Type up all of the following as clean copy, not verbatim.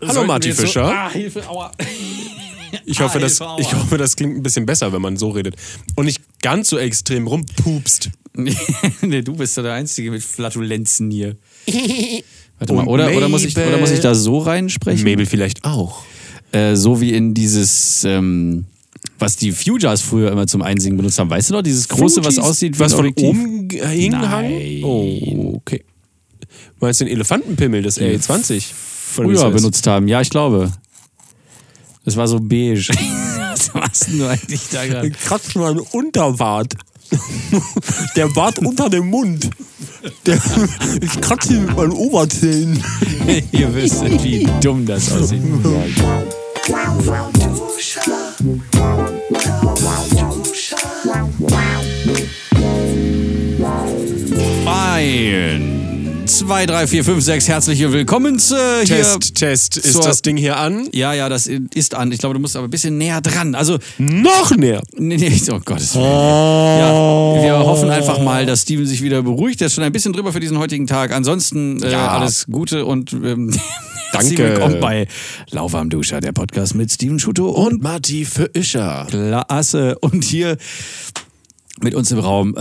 Hallo Marty Fischer. Hilfe, aua. Ich hoffe, das klingt ein bisschen besser, wenn man so redet. Und nicht ganz so extrem rumpupst. Nee, du bist ja der Einzige mit Flatulenzen hier. Warte mal, oder muss ich da so reinsprechen? Mabel vielleicht auch. So wie in dieses, was die Fugees früher immer zum Einsingen benutzt haben. Weißt du noch, dieses große, was aussieht wie was ein von Objektiv? oben hingehangen? Oh, okay. Meinst du den Elefantenpimmel des RE20? Früher benutzt haben, ja, ich glaube. Das war so beige. Was machst du eigentlich da gerade? Kratzt mal einen Unterbart. Der Bart unter dem Mund. Ich kratze ihn mit meinen Oberzähnen. Ihr wisst, wie dumm das aussieht. Ein, 2, 3, 4, 5, 6. Herzlich willkommen hier. Test. Ist das Ding hier an? Ja, das ist an. Ich glaube, du musst aber ein bisschen näher dran. Also noch näher. Nee, oh Gottes Willen. Ja, wir hoffen einfach mal, dass Steven sich wieder beruhigt. Der ist schon ein bisschen drüber für diesen heutigen Tag. Ansonsten alles Gute und danke. Willkommen bei Lauwarm Duscher, der Podcast mit Steven Schuto und Marty Fischer. Klasse. Und hier mit uns im Raum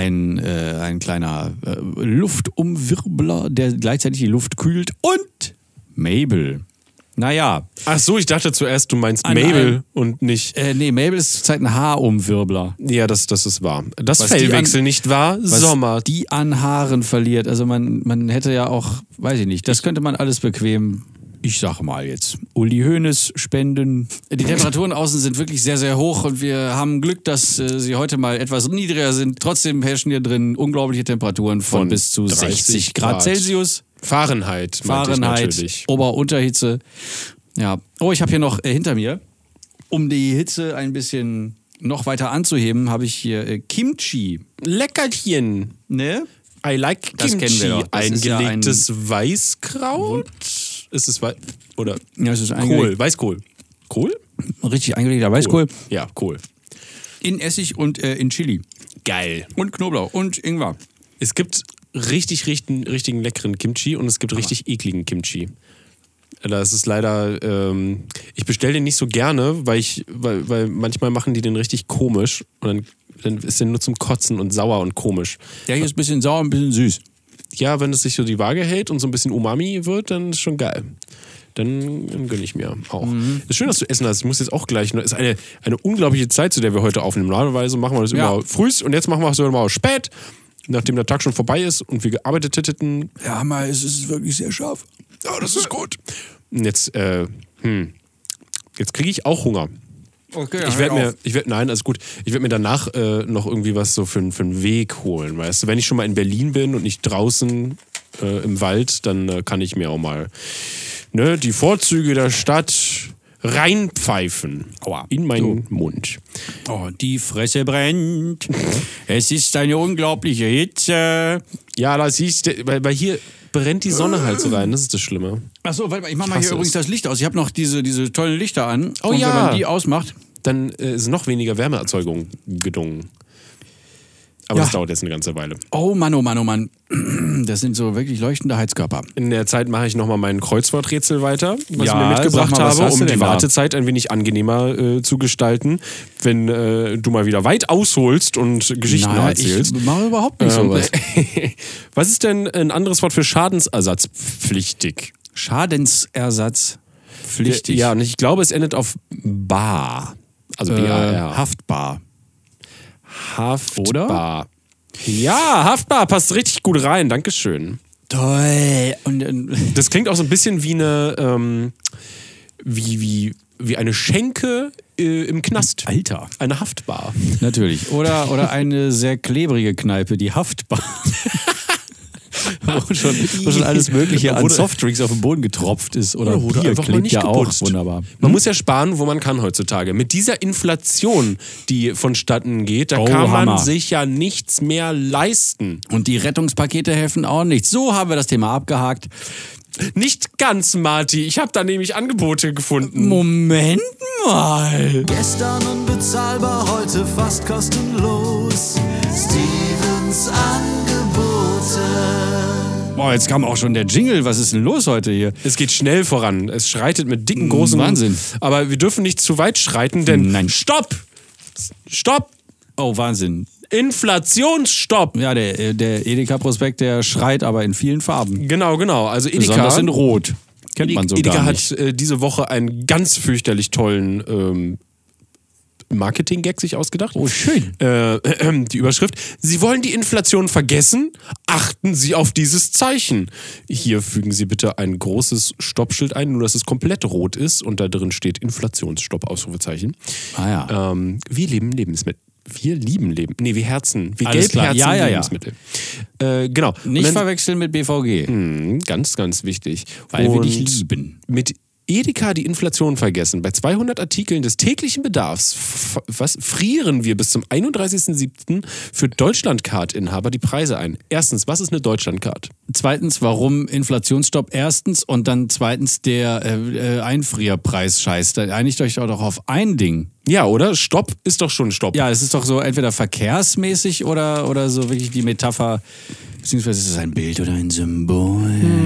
ein kleiner Luftumwirbler, der gleichzeitig die Luft kühlt, und Mabel. Naja. Ach so, ich dachte zuerst, du meinst Mabel und nicht... Nee, Mabel ist zurzeit ein Haarumwirbler. Ja, das ist wahr. Das Fellwechsel nicht wahr? Sommer. Die an Haaren verliert. Also man hätte ja auch, weiß ich nicht, das könnte man alles bequem... Ich sage mal jetzt, Uli Hoeneß spenden. Die Temperaturen außen sind wirklich sehr, sehr hoch und wir haben Glück, dass sie heute mal etwas niedriger sind. Trotzdem herrschen hier drin unglaubliche Temperaturen von bis zu 60 Grad Celsius. Fahrenheit, natürlich. Ober-Unterhitze. Ja. Oh, ich habe hier noch hinter mir, um die Hitze ein bisschen noch weiter anzuheben, habe ich hier Kimchi. Leckerchen. Ne? I like das Kimchi. Kennen wir doch. Das eingelegtes Weißkraut. Ist es oder ja, es ist Kohl, Weißkohl. Kohl? Richtig eingelegter Weißkohl. Ja, Kohl. In Essig und in Chili. Geil. Und Knoblauch und Ingwer. Es gibt richtigen leckeren Kimchi und es gibt richtig ekligen Kimchi. Das ist leider, ich bestelle den nicht so gerne, weil manchmal machen die den richtig komisch und dann ist der nur zum Kotzen und sauer und komisch. Der hier ist ein bisschen sauer, ein bisschen süß. Ja, wenn es sich so die Waage hält und so ein bisschen Umami wird, dann ist schon geil. Dann gönne ich mir auch. Ist schön, dass du essen hast. Ich muss jetzt auch gleich noch. Ist eine unglaubliche Zeit, zu der wir heute aufnehmen. Normalerweise machen wir das immer früh und jetzt machen wir es immer spät, nachdem der Tag schon vorbei ist und wir gearbeitet hätten. Ja, mal, es ist wirklich sehr scharf. Ja, das ist gut. Und jetzt kriege ich auch Hunger. Okay, ich werde mir danach noch irgendwie was so für einen Weg holen, weißt du. Wenn ich schon mal in Berlin bin und nicht draußen im Wald, dann kann ich mir auch mal die Vorzüge der Stadt reinpfeifen. Aua. In meinen Mund. Oh, die Fresse brennt. Es ist eine unglaubliche Hitze. Ja, das siehst du, weil hier brennt die Sonne halt so rein, das ist das Schlimme. Achso, warte mal, ich mach mal hier übrigens das Licht aus. Ich habe noch diese tollen Lichter an. Oh und ja. wenn man die ausmacht, dann ist noch weniger Wärmeerzeugung gedungen. Aber das dauert jetzt eine ganze Weile. Oh Mann. Das sind so wirklich leuchtende Heizkörper. In der Zeit mache ich nochmal mein Kreuzworträtsel weiter, was ich mir mitgebracht mal, habe, um die da? Wartezeit ein wenig angenehmer zu gestalten, wenn du mal wieder weit ausholst und Geschichten erzählst. Ich mache überhaupt nicht sowas. Was ist denn ein anderes Wort für schadensersatzpflichtig? Schadensersatzpflichtig? Ja, und ich glaube, es endet auf bar. Also B-A-R. Haftbar. Haftbar. Oder? Ja, haftbar, passt richtig gut rein, dankeschön. Toll. Und das klingt auch so ein bisschen wie eine wie eine Schenke im Knast. Alter. Eine Haftbar. Natürlich. Oder eine sehr klebrige Kneipe, die Haftbar. wo schon alles Mögliche an Softdrinks auf den Boden getropft ist. Oder Bier klingt ja auch wunderbar. Man muss ja sparen, wo man kann heutzutage. Mit dieser Inflation, die vonstatten geht, da kann man sich ja nichts mehr leisten. Und die Rettungspakete helfen auch nichts. So haben wir das Thema abgehakt. Nicht ganz, Marty. Ich habe da nämlich Angebote gefunden. Moment mal. Gestern unbezahlbar, heute fast kostenlos. Stevens Angebote. Boah, jetzt kam auch schon der Jingle. Was ist denn los heute hier? Es geht schnell voran. Es schreitet mit dicken, großen... Wahnsinn. Aber wir dürfen nicht zu weit schreiten, denn... Nein. Stopp! Stopp! Oh, Wahnsinn. Inflationsstopp! Ja, der Edeka-Prospekt, der schreit aber in vielen Farben. Genau. Also Besonders in Rot. Kennt man so Edeka gar nicht. hat diese Woche einen ganz fürchterlich tollen Marketing-Gag sich ausgedacht. Oh, schön. Die Überschrift: Sie wollen die Inflation vergessen? Achten Sie auf dieses Zeichen. Hier fügen Sie bitte ein großes Stoppschild ein, nur dass es komplett rot ist und da drin steht Inflationsstopp, Ausrufezeichen. Ah ja. Wir lieben Lebensmittel. Wir lieben Leben. Nee, wir Herzen. Wir Alles klar. Gelbherzen Ja. Lebensmittel. Genau. Nicht Und dann, verwechseln mit BVG. ganz, ganz wichtig. Weil wir Und dich lieben. mit Edeka die Inflation vergessen. Bei 200 Artikeln des täglichen Bedarfs frieren wir bis zum 31.07. für Deutschlandcard-Inhaber die Preise ein. Erstens, was ist eine Deutschlandcard? Zweitens, warum Inflationsstopp erstens und dann zweitens der Einfrierpreis-Scheiß. Da einigt euch doch auf ein Ding. Ja, oder? Stopp ist doch schon Stopp. Ja, es ist doch so entweder verkehrsmäßig oder so wirklich die Metapher, beziehungsweise ist es ein Bild oder ein Symbol.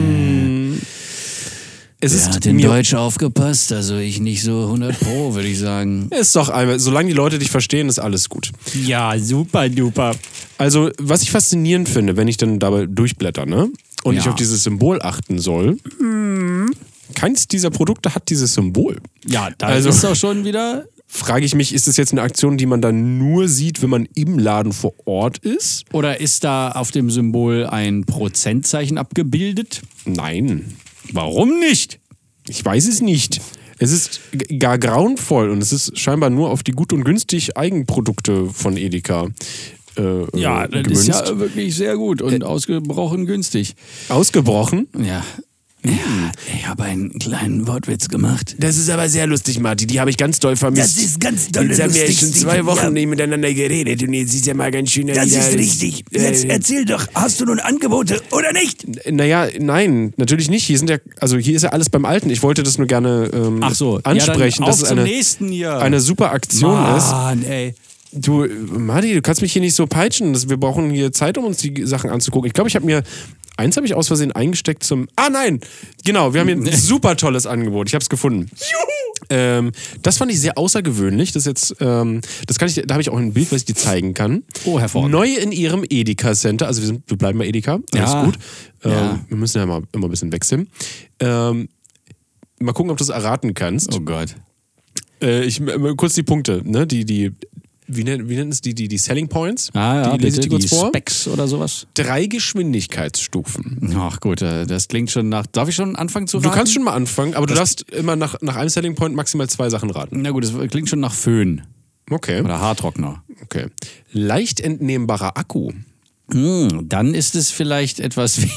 Es Wer ist hat in mir Deutsch aufgepasst? Also ich nicht so 100 Pro, würde ich sagen. ist doch einmal, solange die Leute dich verstehen, ist alles gut. Ja, super duper. Also, was ich faszinierend finde, wenn ich dann dabei durchblätter, ne? Und ich Ja. auf dieses Symbol achten soll. Keins dieser Produkte hat dieses Symbol. Ja, da Also- ist doch schon wieder... Frage ich mich, ist das jetzt eine Aktion, die man dann nur sieht, wenn man im Laden vor Ort ist? Oder ist da auf dem Symbol ein Prozentzeichen abgebildet? Nein. Warum nicht? Ich weiß es nicht. Es ist gar grauenvoll und es ist scheinbar nur auf die gut und günstig Eigenprodukte von Edeka Ja, das gemünzt. ist ja wirklich sehr gut und ausgebrochen günstig. Ausgebrochen. Ja. Ja, ich habe einen kleinen Wortwitz gemacht. Das ist aber sehr lustig, Martin. Die habe ich ganz doll vermisst. Das ist ganz doll Jetzt haben wir lustig, schon Steven. 2 Wochen Ja. nicht miteinander geredet und jetzt ist ja mal ganz schön Das wieder... ist richtig. Jetzt erzähl doch, hast du nun Angebote oder nicht? Naja, nein, natürlich nicht. Hier ist ja alles beim Alten. Ich wollte das nur gerne Ach so, ansprechen, ja, dann dass auf es zum eine, nächsten hier. eine super Aktion ist. Mann, ey. Du, Marti, du kannst mich hier nicht so peitschen. Wir brauchen hier Zeit, um uns die Sachen anzugucken. Ich glaube, eins habe ich aus Versehen eingesteckt zum... Ah, nein! Genau, wir haben hier ein super tolles Angebot. Ich habe es gefunden. Juhu! Das fand ich sehr außergewöhnlich. Da habe ich auch ein Bild, was ich dir zeigen kann. Oh, hervorragend. Neu in ihrem Edeka-Center. Also wir bleiben bei Edeka. Alles Ja. gut. Ja. Wir müssen ja immer ein bisschen wechseln. Mal gucken, ob du es erraten kannst. Oh Gott. Kurz die Punkte, ne? Wie nennt es die Selling Points? Ah ja, die lese ich bitte, dir kurz die vor. Specs oder sowas. 3 Geschwindigkeitsstufen. Ach gut, das klingt schon nach... Darf ich schon anfangen zu raten? Du kannst schon mal anfangen, aber du darfst immer nach einem Selling Point maximal 2 Sachen raten. Na gut, das klingt schon nach Föhn Okay. oder Haartrockner. Okay. Leicht entnehmbarer Akku. Dann ist es vielleicht etwas wie...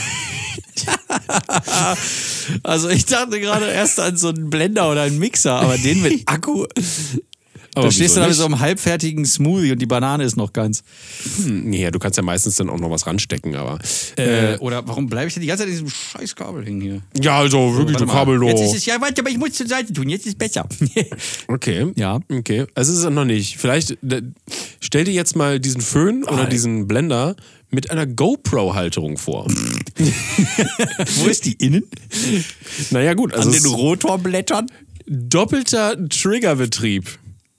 Also ich dachte gerade erst an so einen Blender oder einen Mixer, aber den mit Akku... Aber Da stehst wieso du da mit nicht? so einem halbfertigen Smoothie und die Banane ist noch ganz. Nee, du kannst ja meistens dann auch noch was ranstecken, aber. Oder warum bleibe ich denn die ganze Zeit an diesem scheiß Kabel hängen hier? Ja, also wirklich, Warte du mal. Kabelloh. Jetzt ist es, ja, warte, aber ich muss zur Seite tun, jetzt ist es besser. Okay. Ja. Okay. Also es ist es noch nicht. Vielleicht stell dir jetzt mal diesen Föhn oder diesen Blender mit einer GoPro-Halterung vor. Wo ist die innen? Naja, gut. Also An es den ist Rotorblättern? doppelter Triggerbetrieb.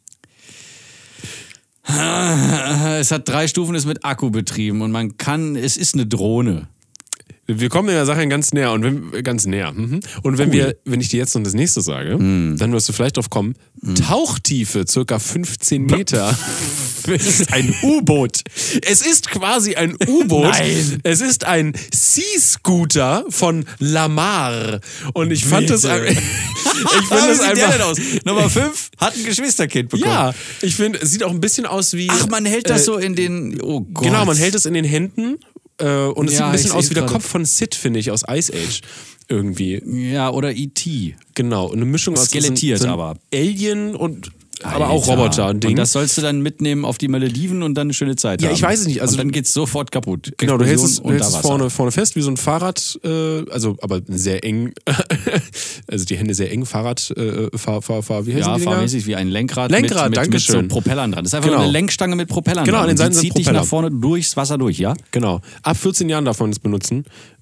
Es hat 3 Stufen, ist mit Akku betrieben und es ist eine Drohne. Wir kommen in der Sache ganz näher und wenn ich dir jetzt noch das nächste sage, dann wirst du vielleicht drauf kommen, Tauchtiefe circa 15 Meter. Es ist ein U-Boot. Es ist quasi ein U-Boot. Nein. Es ist ein Sea-Scooter von Lamar. Und ich fand es Bitte. einfach... Wie sieht der denn aus? Nummer 5 hat ein Geschwisterkind bekommen. Ja, ich finde, es sieht auch ein bisschen aus wie... Ach, man hält das so in den... Oh Gott. Genau, man hält es in den Händen und es Ja, sieht ein bisschen ich aus seh's wie der gerade. Kopf von Sid, finde ich, aus Ice Age. Irgendwie. Ja, oder E.T. Genau, eine Mischung aus Skelettiert so ein aber. Alien und aber auch Alter. Roboter, ein Ding. Und das sollst du dann mitnehmen auf die Malediven und dann eine schöne Zeit Ja, haben. ich weiß es nicht, also- und dann geht's sofort kaputt. Genau, du hältst es, Explosion unter Wasser. vorne fest wie so ein Fahrrad, also aber sehr eng, also die Hände sehr eng, Fahrrad, wie heißen Ja, die Dinger? fahrmäßig wie ein Lenkrad, Lenkrad, mit so Dankeschön. Propellern dran. Das ist einfach Genau. nur eine Lenkstange mit Propellern Genau, dran. an den Und Seiten die sind zieht dich Propeller. nach vorne durchs Wasser durch, ja? Genau, ab 14 Jahren darf man es benutzen.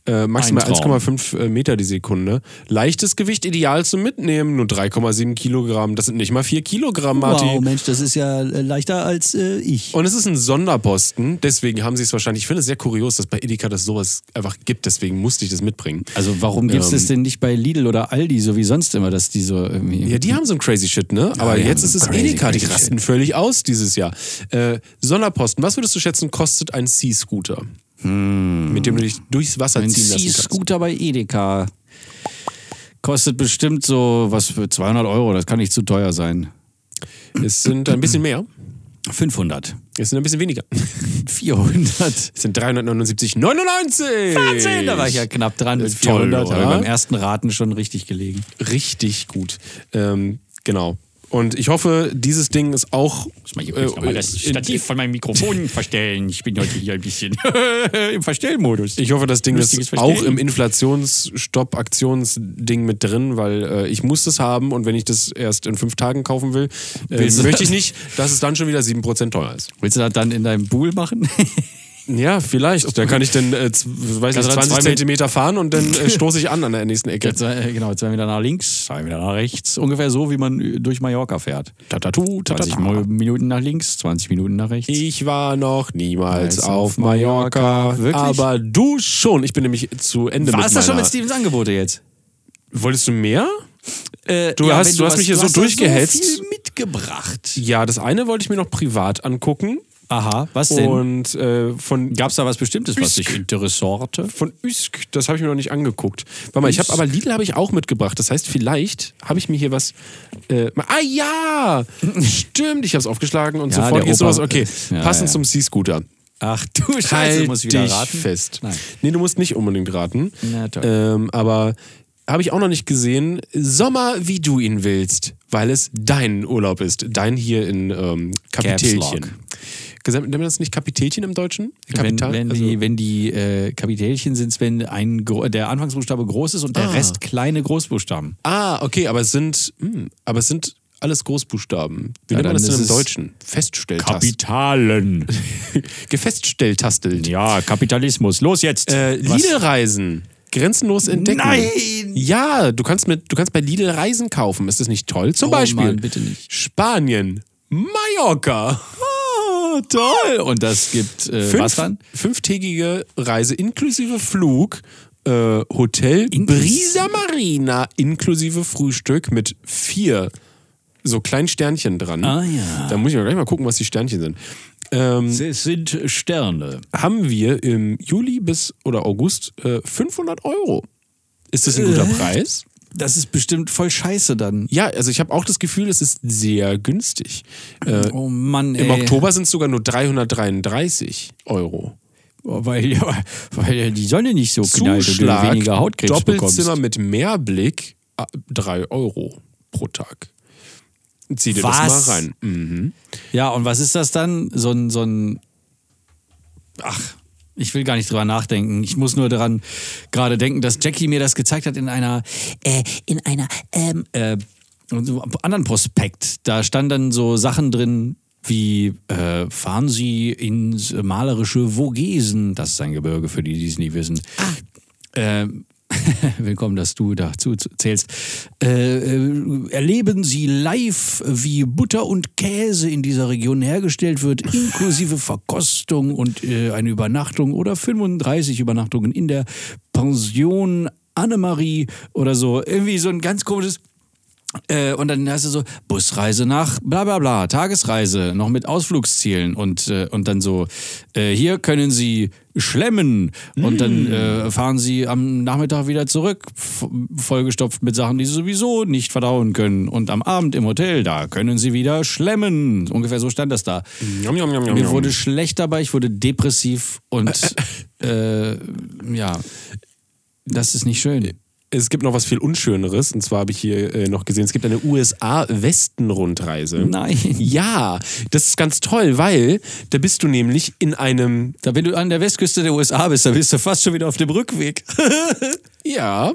maximal Ein Traum. 1,5 Meter die Sekunde. Leichtes Gewicht ideal zum Mitnehmen, nur 3,7 Kilogramm. Das sind nicht mal 4 Kilogramm, Martin. Wow, Mensch, das ist ja leichter als ich. Und es ist ein Sonderposten, deswegen haben sie es wahrscheinlich, ich finde es sehr kurios, dass bei Edeka das sowas einfach gibt, deswegen musste ich das mitbringen. Also warum gibt es das denn nicht bei Lidl oder Aldi, so wie sonst immer, dass die so irgendwie... Ja, die haben so ein crazy Shit, ne? Aber die jetzt haben ist es crazy, Edeka, die crazy rasten völlig aus dieses Jahr. Sonderposten, was würdest du schätzen, kostet ein Sea-Scooter? Mit dem du dich durchs Wasser Ein ziehen lassen kannst. Sea-Scooter bei Edeka kostet bestimmt so was für 200 €, das kann nicht zu teuer sein. Es sind ein bisschen mehr, 500. es sind ein bisschen weniger. 400. Es sind 379,99. Wahnsinn, da war ich ja knapp dran mit Toll, 400. oder? Aber beim ersten Raten schon richtig gelegen. Richtig gut. Genau. Und ich hoffe, dieses Ding ist auch. von meinem Mikrofon verstellen. Ich bin heute hier ein bisschen im Verstellmodus. Ich hoffe, das Ding Lustiges ist auch Verstehen. im Inflationsstopp-Aktionsding mit drin, weil ich muss das haben und wenn ich das erst in 5 Tagen kaufen will, Willst du möchte ich das? nicht, dass es dann schon wieder 7% teuer ist. Willst du das dann in deinem Pool machen? Ja, vielleicht. Da kann ich dann weiß nicht, du dann 20 Zentimeter fahren und dann stoße ich an der nächsten Ecke. Genau, 2 Meter nach links, 2 Meter nach rechts. Ungefähr so, wie man durch Mallorca fährt. 20 Minuten nach links, 20 Minuten nach rechts. Ich war noch niemals Niemals auf auf Mallorca. Mallorca. Wirklich? Aber du schon. Ich bin nämlich zu Ende War mit es das schon meiner... mit Stevens Angebote jetzt? Wolltest du mehr? Du Du hast mich hier so durchgehetzt. So viel mitgebracht. Ja, das eine wollte ich mir noch privat angucken. Aha, was denn? Und von Gab es da was Bestimmtes, was dich Üsk. interessierte? Von Üsk, das habe ich mir noch nicht angeguckt. Warte mal, ich habe aber Lidl habe ich auch mitgebracht. Das heißt, vielleicht habe ich mir hier was. Ja, stimmt. Ich habe es aufgeschlagen und Ja, sofort der geht sowas. Opa. Okay, Ja, passend ja. zum Sea-Scooter. Ach du Scheiße, Halt muss ich wieder dich raten. fest. Nein. Nee, du musst nicht unbedingt raten. Na toll. Aber habe ich auch noch nicht gesehen. Sommer, wie du ihn willst, weil es dein Urlaub ist. Dein hier in Kapitälchen. Lock. Nennt man das nicht Kapitälchen im Deutschen? Wenn Also- die Kapitälchen sind, wenn der Anfangsbuchstabe groß ist und der Rest kleine Großbuchstaben. Okay, aber es sind alles Großbuchstaben. Wie nennt man dann das denn ist im es Deutschen? Feststelltasten. Kapitalen. Gefeststelltastelt. Ja, Kapitalismus. Los jetzt. Lidl-Reisen. Grenzenlos entdecken. Nein! Ja, du kannst bei Lidl Reisen kaufen. Ist das nicht toll? Zum Oh Beispiel Mann, bitte nicht. Spanien, Mallorca. Toll. Und das gibt was dann? 5-tägige Reise inklusive Flug, Hotel, Brisa Marina inklusive Frühstück mit 4 so kleinen Sternchen dran. Ah, ja. Da muss ich gleich mal gucken, was die Sternchen sind. Es sind Sterne. Haben wir im Juli oder August 500 €. Ist das ein guter Preis? Das ist bestimmt voll scheiße dann. Ja, also ich habe auch das Gefühl, es ist sehr günstig. Oh Mann, ey. Im Oktober sind es sogar nur 333 €. Weil die Sonne nicht so knallt und du Zuschlag, weniger Hautkrebs Doppelzimmer bekommst. mit Mehrblick, 3 € pro Tag. Zieh dir Was? das mal rein. Mhm. Ja, und was ist das dann? So ein Ach, ich will gar nicht drüber nachdenken. Ich muss nur daran gerade denken, dass Jackie mir das gezeigt hat in einer anderen Prospekt. Da standen dann so Sachen drin, wie fahren Sie ins malerische Vogesen. Das ist ein Gebirge, für die es nie wissen. Willkommen, dass du dazu zählst. Erleben Sie live, wie Butter und Käse in dieser Region hergestellt wird, inklusive Verkostung und eine Übernachtung oder 35 Übernachtungen in der Pension Annemarie oder so. Irgendwie so ein ganz komisches. Und dann hast du so Busreise nach bla bla bla, Tagesreise, noch mit Ausflugszielen und dann so, hier können Sie schlemmen und dann fahren Sie am Nachmittag wieder zurück, vollgestopft mit Sachen, die Sie sowieso nicht verdauen können und am Abend im Hotel, da können Sie wieder schlemmen. Ungefähr so stand das da. Mir wurde schlecht dabei, ich wurde depressiv und ja, das ist nicht schön. Es gibt noch was viel Unschöneres, und zwar habe ich hier noch gesehen, es gibt eine USA-Westen-Rundreise. Nein. Ja, das ist ganz toll, weil da bist du nämlich in einem... Da, wenn du an der Westküste der USA bist, da bist du fast schon wieder auf dem Rückweg. Ja.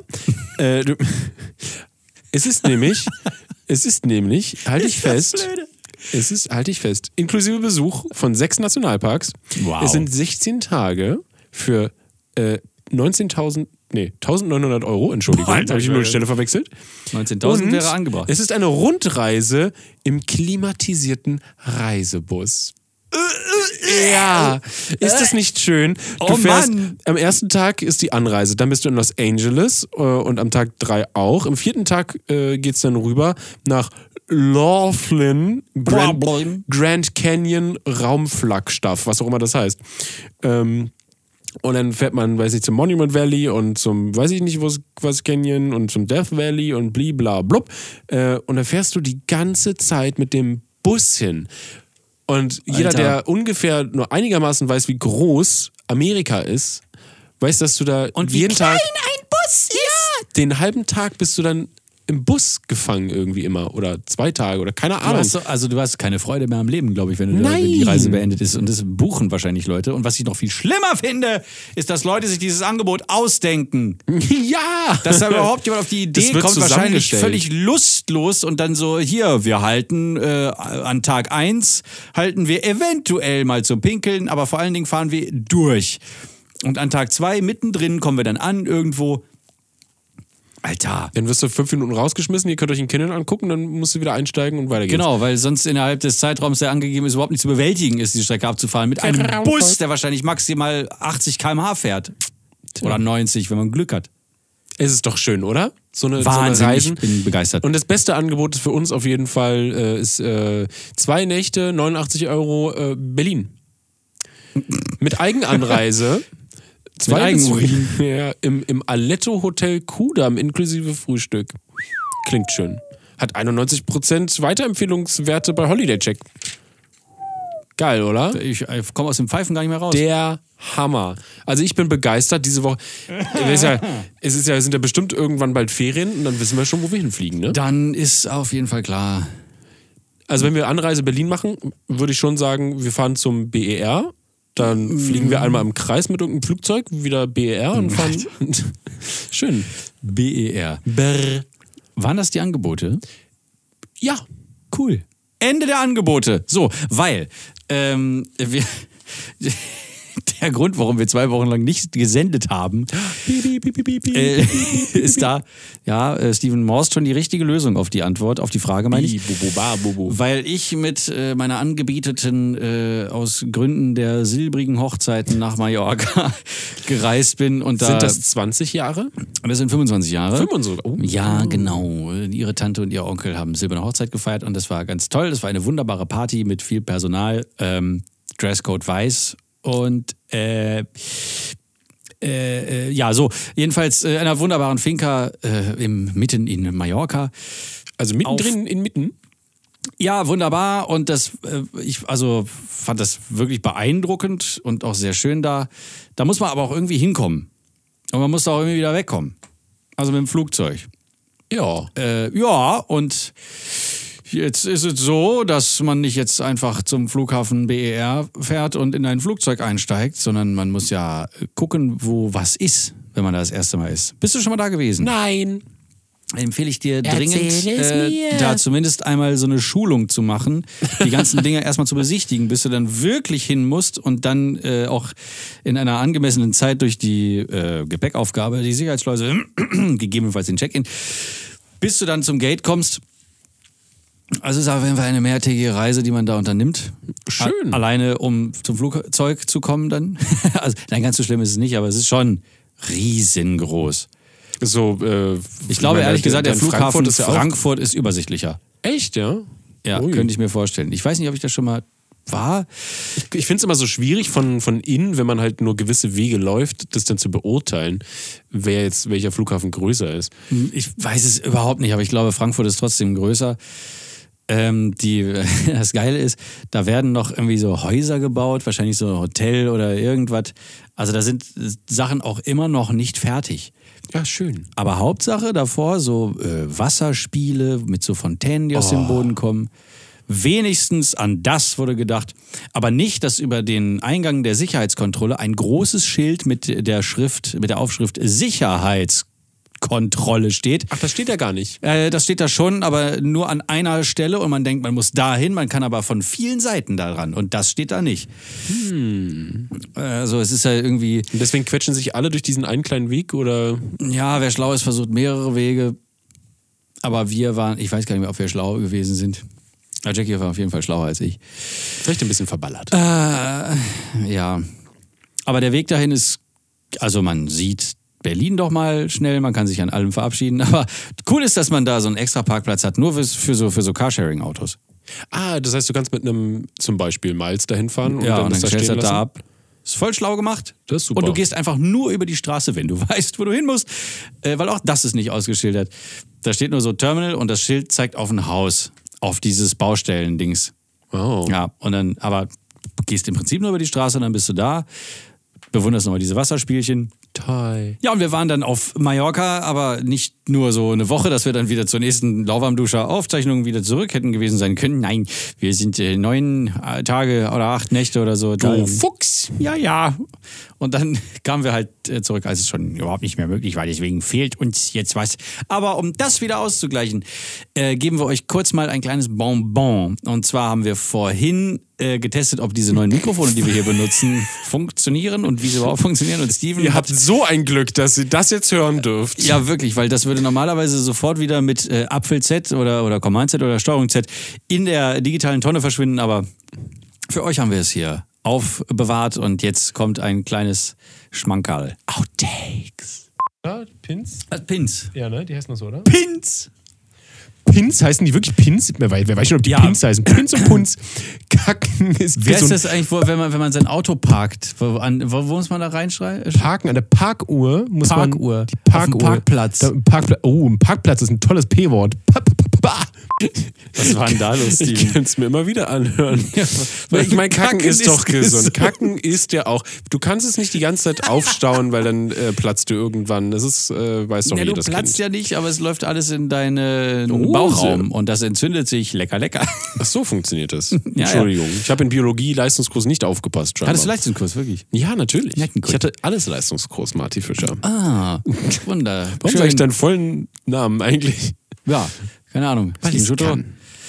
Es ist nämlich, halte ich fest... halte ich fest, inklusive Besuch von 6 Nationalparks. Wow. Es sind 16 Tage für 1.900 Euro, Entschuldigung, habe ich nur eine Stelle verwechselt. 19.000 wäre angebracht. Es ist eine Rundreise im klimatisierten Reisebus. Ja, ist das nicht schön? Du fährst, am ersten Tag ist die Anreise, dann bist du in Los Angeles und am Tag 3 auch. Am 4. Tag geht's dann rüber nach Laughlin, Grand Canyon Raumflagstaff, was auch immer das heißt. Und dann fährt man, weiß ich, zum Monument Valley und zum, weiß ich nicht, was Canyon und zum Death Valley und blibla blub. Und dann fährst du die ganze Zeit mit dem Bus hin. Und jeder, Alter, der ungefähr nur einigermaßen weiß, wie groß Amerika ist, weiß, dass du da und wie jeden klein Tag ein Bus ist. Ja. den halben Tag bist du dann im Bus gefangen irgendwie immer oder 2 Tage oder keine Ahnung. Du hast keine Freude mehr am Leben, glaube ich, wenn die Reise beendet ist. Und das buchen wahrscheinlich Leute. Und was ich noch viel schlimmer finde, ist, dass Leute sich dieses Angebot ausdenken. Ja! Dass da überhaupt jemand auf die Idee kommt, wahrscheinlich völlig lustlos und dann so, hier, wir halten an Tag 1, halten wir eventuell mal zum Pinkeln, aber vor allen Dingen fahren wir durch. Und an Tag 2, mittendrin, kommen wir dann an irgendwo. Alter. Dann wirst du 5 Minuten rausgeschmissen, ihr könnt euch in Kindern angucken, dann musst du wieder einsteigen und weiter geht's. Genau, weil sonst innerhalb des Zeitraums, der angegeben ist, überhaupt nicht zu bewältigen ist, die Strecke abzufahren. Mit einem Bus, der wahrscheinlich maximal 80 km/h fährt. Oder 90, wenn man Glück hat. Es ist doch schön, oder? So eine Wahnsinnig, Reise. ich bin begeistert. Und das beste Angebot ist für uns auf jeden Fall ist 2 Nächte, 89 Euro, Berlin. Mit Eigenanreise. 2 Eigenurin. Ja, im Aletto Hotel Kudamm inklusive Frühstück. Klingt schön. Hat 91% Weiterempfehlungswerte bei Holiday Check. Geil, oder? Ich komme aus dem Pfeifen gar nicht mehr raus. Der Hammer. Also ich bin begeistert diese Woche. Sind ja bestimmt irgendwann bald Ferien und dann wissen wir schon, wo wir hinfliegen, ne? Dann ist auf jeden Fall klar. Also wenn wir Anreise Berlin machen, würde ich schon sagen, wir fahren zum BER. Dann fliegen wir einmal im Kreis mit irgendeinem Flugzeug, wieder BER und fahren. Schön. BER. Waren das die Angebote? Ja. Cool. Ende der Angebote. So, weil der Grund, warum wir 2 Wochen lang nicht gesendet haben, ist da, Steven Morst schon die richtige Lösung auf die Antwort, auf die Frage, meine ich. Weil ich mit meiner Angebieteten aus Gründen der silbrigen Hochzeiten nach Mallorca gereist bin. Und da, sind das 20 Jahre? Das sind 25 Jahre. 25? Oh. Ja, genau. Ihre Tante und ihr Onkel haben silberne Hochzeit gefeiert und das war ganz toll. Das war eine wunderbare Party mit viel Personal, Dresscode weiß. Und jedenfalls einer wunderbaren Finca mitten in Mallorca. Also mittendrin inmitten? Ja, wunderbar. Und ich fand das wirklich beeindruckend und auch sehr schön da. Da muss man aber auch irgendwie hinkommen. Und man muss da auch irgendwie wieder wegkommen. Also mit dem Flugzeug. Ja. Und jetzt ist es so, dass man nicht jetzt einfach zum Flughafen BER fährt und in ein Flugzeug einsteigt, sondern man muss ja gucken, wo was ist, wenn man da das erste Mal ist. Bist du schon mal da gewesen? Nein. Empfehle ich dir dringend, da zumindest einmal so eine Schulung zu machen, die ganzen Dinge erstmal zu besichtigen, bis du dann wirklich hin musst und dann auch in einer angemessenen Zeit durch die Gepäckaufgabe, die Sicherheitsschleuse, gegebenenfalls den Check-in, bis du dann zum Gate kommst. Also es ist auf jeden Fall eine mehrtägige Reise, die man da unternimmt. Schön. Alleine, um zum Flugzeug zu kommen dann. Also, nein, ganz so schlimm ist es nicht, aber es ist schon riesengroß. So, ich glaube ehrlich gesagt, der Flughafen Frankfurt ist übersichtlicher. Echt, ja? Ja, könnte ich mir vorstellen. Ich weiß nicht, ob ich das schon mal war. Ich finde es immer so schwierig von innen, wenn man halt nur gewisse Wege läuft, das dann zu beurteilen, welcher Flughafen größer ist. Ich weiß es überhaupt nicht, aber ich glaube, Frankfurt ist trotzdem größer. Das Geile ist, da werden noch irgendwie so Häuser gebaut, wahrscheinlich so ein Hotel oder irgendwas. Also da sind Sachen auch immer noch nicht fertig. Ja, schön. Aber Hauptsache davor so Wasserspiele mit so Fontänen, die aus dem Boden kommen. Wenigstens an das wurde gedacht. Aber nicht, dass über den Eingang der Sicherheitskontrolle ein großes Schild mit der Aufschrift Sicherheitskontrolle Fahrtkontrolle steht. Ach, das steht ja gar nicht. Das steht da schon, aber nur an einer Stelle und man denkt, man muss dahin, man kann aber von vielen Seiten da ran und das steht da nicht. Also es ist halt irgendwie... Und deswegen quetschen sich alle durch diesen einen kleinen Weg, oder? Ja, wer schlau ist, versucht mehrere Wege. Aber wir waren, ich weiß gar nicht mehr, ob wir schlau gewesen sind. Ja, Jackie war auf jeden Fall schlauer als ich. Vielleicht ein bisschen verballert. Ja. Aber der Weg dahin ist, also man sieht Berlin doch mal schnell, man kann sich an allem verabschieden. Aber cool ist, dass man da so einen extra Parkplatz hat, nur für so Carsharing-Autos. Ah, das heißt, du kannst mit einem zum Beispiel Miles dahin fahren Ja, und dann das stellst du stehen da lassen? ab. Ist voll schlau gemacht. Das ist super. Und du gehst einfach nur über die Straße, wenn du weißt, wo du hin musst. Weil auch das ist nicht ausgeschildert. Da steht nur so Terminal und das Schild zeigt auf ein Haus. Auf dieses Baustellen-Dings. Oh. Ja, und dann, aber du gehst im Prinzip nur über die Straße und dann bist du da. Bewunderst nochmal diese Wasserspielchen. Toll. Ja, und wir waren dann auf Mallorca, aber nicht nur so eine Woche, dass wir dann wieder zur nächsten Lauwarmduscher Aufzeichnung wieder zurück hätten gewesen sein können. Nein, wir sind 9 Tage oder 8 Nächte oder so. Du Fuchs. Ja. Und dann kamen wir halt zurück, als es schon überhaupt nicht mehr möglich war. Deswegen fehlt uns jetzt was. Aber um das wieder auszugleichen, geben wir euch kurz mal ein kleines Bonbon. Und zwar haben wir vorhin getestet, ob diese neuen Mikrofone, die wir hier benutzen, funktionieren und wie sie überhaupt funktionieren. Und Steven Ihr habt so ein Glück, dass ihr das jetzt hören dürft. ja, wirklich, weil das würde normalerweise sofort wieder mit Apfel Z oder Command Z oder Steuerung Z in der digitalen Tonne verschwinden. Aber für euch haben wir es hier aufbewahrt und jetzt kommt ein kleines Schmankerl. Outtakes. Ja, Pins? Pins. Ja, ne? Die heißen das so, oder? Pins! Pins, heißen die wirklich Pins? Wer weiß schon, ob die Ja. Pins heißen. Pins und Punz. Kacken ist Wer ist gesund. das eigentlich, wenn man sein Auto parkt? Wo muss man da reinschreiben? Parken an der Parkuhr muss Parkuhr. man... Die Parkuhr. Auf dem Parkplatz. Ein Parkplatz ist ein tolles P-Wort. Was war denn da los, Ich Steven? kann es mir immer wieder anhören. Weil ich meine, Kacken ist doch gesund. Kacken ist ja auch... Du kannst es nicht die ganze Zeit aufstauen, weil dann platzt du irgendwann. Das ist, weiß doch Ja, du jedes platzt Kind. ja nicht, aber es läuft alles in deinen Hose. Bauchraum und das entzündet sich lecker. Ach so funktioniert das. Ja. Entschuldigung. Ich habe in Biologie Leistungskurs nicht aufgepasst. scheinbar. Hattest du Leistungskurs, wirklich? Ja, natürlich. Nettenkurs. Ich hatte alles Leistungskurs, Marty Fischer. Ah, Wunder. Warum sage ich deinen vollen Namen eigentlich? Ja, keine Ahnung. Weil Steven ich's Schutter. kann.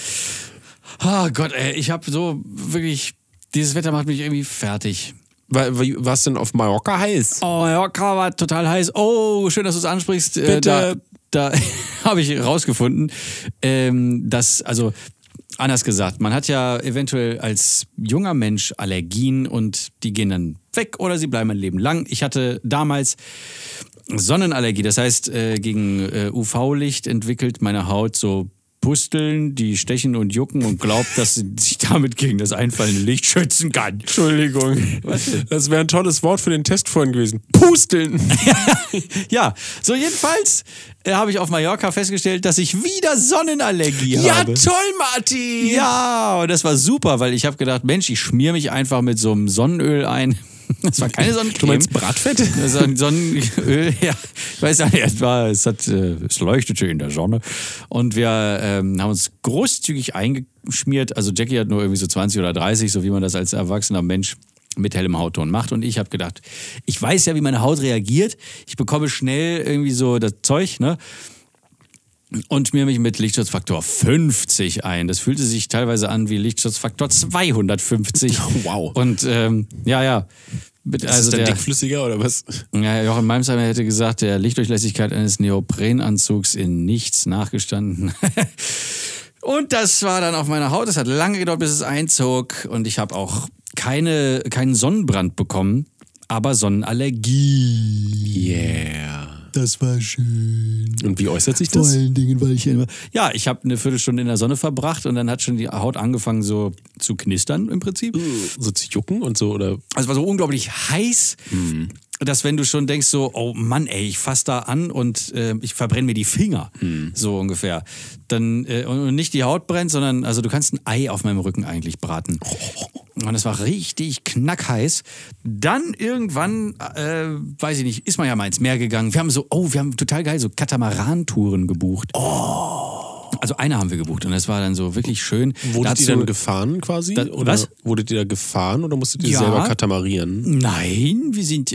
Ah Gott, ey, ich habe so wirklich, dieses Wetter macht mich irgendwie fertig. War es denn auf Mallorca heiß? Oh, Mallorca war total heiß. Oh, schön, dass du es ansprichst. Bitte. Da habe ich rausgefunden, dass, also anders gesagt, man hat ja eventuell als junger Mensch Allergien und die gehen dann weg oder sie bleiben ein Leben lang. Ich hatte damals Sonnenallergie, das heißt, gegen UV-Licht entwickelt meine Haut so Pusteln, die stechen und jucken und glaubt, dass sie sich damit gegen das einfallende Licht schützen kann. Entschuldigung. Was denn? Das wäre ein tolles Wort für den Test vorhin gewesen. Pusteln. Ja, so jedenfalls habe ich auf Mallorca festgestellt, dass ich wieder Sonnenallergie habe. toll, Marty. Ja, und das war super, weil ich habe gedacht, Mensch, ich schmier mich einfach mit so einem Sonnenöl ein. Das war keine Sonnencreme. Du meinst Bratfett? Das war ein Sonnenöl, ja. Ich weiß ja nicht, es leuchtete in der Sonne. Und wir haben uns großzügig eingeschmiert. Also Jackie hat nur irgendwie so 20 oder 30, so wie man das als erwachsener Mensch mit hellem Hautton macht. Und ich habe gedacht, ich weiß ja, wie meine Haut reagiert. Ich bekomme schnell irgendwie so das Zeug, ne? Und schmier mich mit Lichtschutzfaktor 50 ein. Das fühlte sich teilweise an wie Lichtschutzfaktor 250. Wow. Und ja. Ist es dann dickflüssiger oder was? Ja, Jochen Malmsheimer hätte gesagt, der Lichtdurchlässigkeit eines Neoprenanzugs in nichts nachgestanden. Und das war dann auf meiner Haut. Es hat lange gedauert, bis es einzog. Und ich habe auch keinen Sonnenbrand bekommen, aber Sonnenallergie. Yeah. Das war schön. Und wie äußert sich Vor das? allen Dingen, weil ich immer... Ja, ich habe eine Viertelstunde in der Sonne verbracht und dann hat schon die Haut angefangen so zu knistern im Prinzip. So zu jucken und so, oder? Also es war so unglaublich heiß, dass wenn du schon denkst so, oh Mann, ey, ich fass da an und ich verbrenne mir die Finger, so ungefähr. Dann und nicht die Haut brennt, sondern also du kannst ein Ei auf meinem Rücken eigentlich braten. Und es war richtig knackheiß. Dann irgendwann, weiß ich nicht, ist man ja mal ins Meer gegangen. Wir haben total geil so Katamaran-Touren gebucht. Also also eine haben wir gebucht und das war dann so wirklich schön. Wurdet ihr dann gefahren quasi? Oder was? Wurdet ihr da gefahren oder musstet ihr selber katamarieren? Nein, wir sind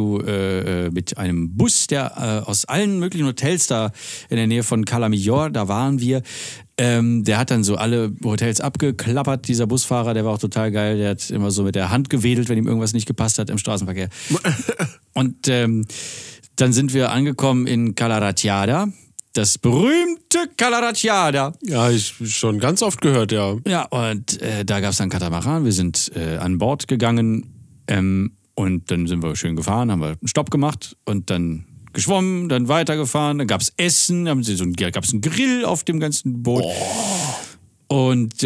mit einem Bus, der aus allen möglichen Hotels da in der Nähe von Cala Millor, da waren wir. Der hat dann so alle Hotels abgeklappert, dieser Busfahrer, der war auch total geil. Der hat immer so mit der Hand gewedelt, wenn ihm irgendwas nicht gepasst hat im Straßenverkehr. Und dann sind wir angekommen in Cala Ratjada. Das berühmte Cala Ratjada. Ja, ich schon ganz oft gehört, ja. Ja, und da gab es dann Katamaran. Wir sind an Bord gegangen und dann sind wir schön gefahren, haben wir einen Stopp gemacht und dann geschwommen, dann weitergefahren, dann gab es Essen, gab es einen Grill auf dem ganzen Boot. Und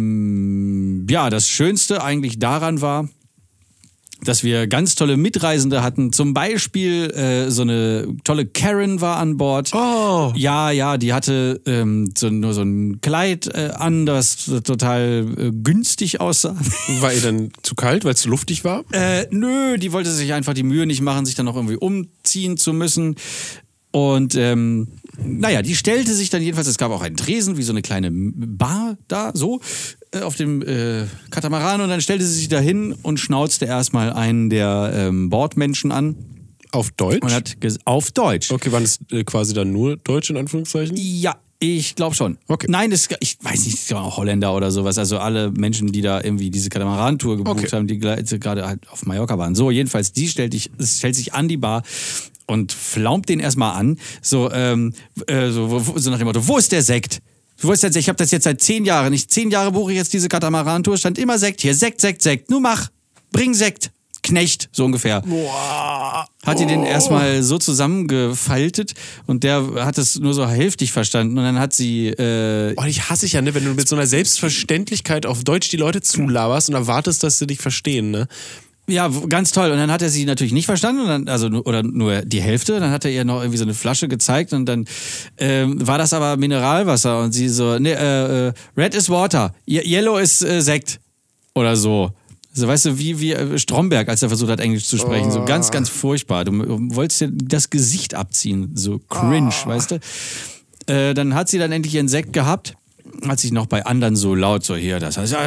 das Schönste eigentlich daran war, dass wir ganz tolle Mitreisende hatten. Zum Beispiel so eine tolle Karen war an Bord. Oh. Ja, die hatte nur so ein Kleid an, das total günstig aussah. War ihr dann zu kalt, weil es zu luftig war? Nö, die wollte sich einfach die Mühe nicht machen, sich dann noch irgendwie umziehen zu müssen. Und die stellte sich dann jedenfalls, es gab auch einen Tresen, wie so eine kleine Bar da, so, auf dem Katamaran. Und dann stellte sie sich da hin und schnauzte erstmal einen der Bordmenschen an. Auf Deutsch? Und hat auf Deutsch. Okay, waren es quasi dann nur Deutsch in Anführungszeichen? Ja, ich glaube schon. Okay. Nein, ich weiß nicht, es waren auch Holländer oder sowas. Also alle Menschen, die da irgendwie diese Katamaran-Tour gebucht haben, die gerade halt auf Mallorca waren. So, jedenfalls, die stellt sich an die Bar und flaumt den erstmal an. So nach dem Motto, wo ist der Sekt? Wo ist der Sekt? Ich habe das jetzt seit 10 Jahren. 10 Jahre buche ich jetzt diese Katamaran-Tour. Stand immer Sekt hier. Sekt. Nur mach. Bring Sekt. Knecht, so ungefähr. Boah. Hat die den erstmal so zusammengefaltet und der hat es nur so hälftig verstanden und dann hat sie... ich hasse ich ja, ne, wenn du mit so einer Selbstverständlichkeit auf Deutsch die Leute zulaberst und erwartest, dass sie dich verstehen, ne? Ja, ganz toll. Und dann hat er sie natürlich nicht verstanden, oder nur die Hälfte. Dann hat er ihr noch irgendwie so eine Flasche gezeigt und dann war das aber Mineralwasser und sie so, red is water, yellow is Sekt oder so. So, weißt du, wie Stromberg, als er versucht hat, Englisch zu sprechen. So ganz, ganz furchtbar. Du wolltest dir das Gesicht abziehen. So cringe, weißt du. Dann hat sie dann endlich ihren Sekt gehabt. Hat sich noch bei anderen so laut so hier, das heißt,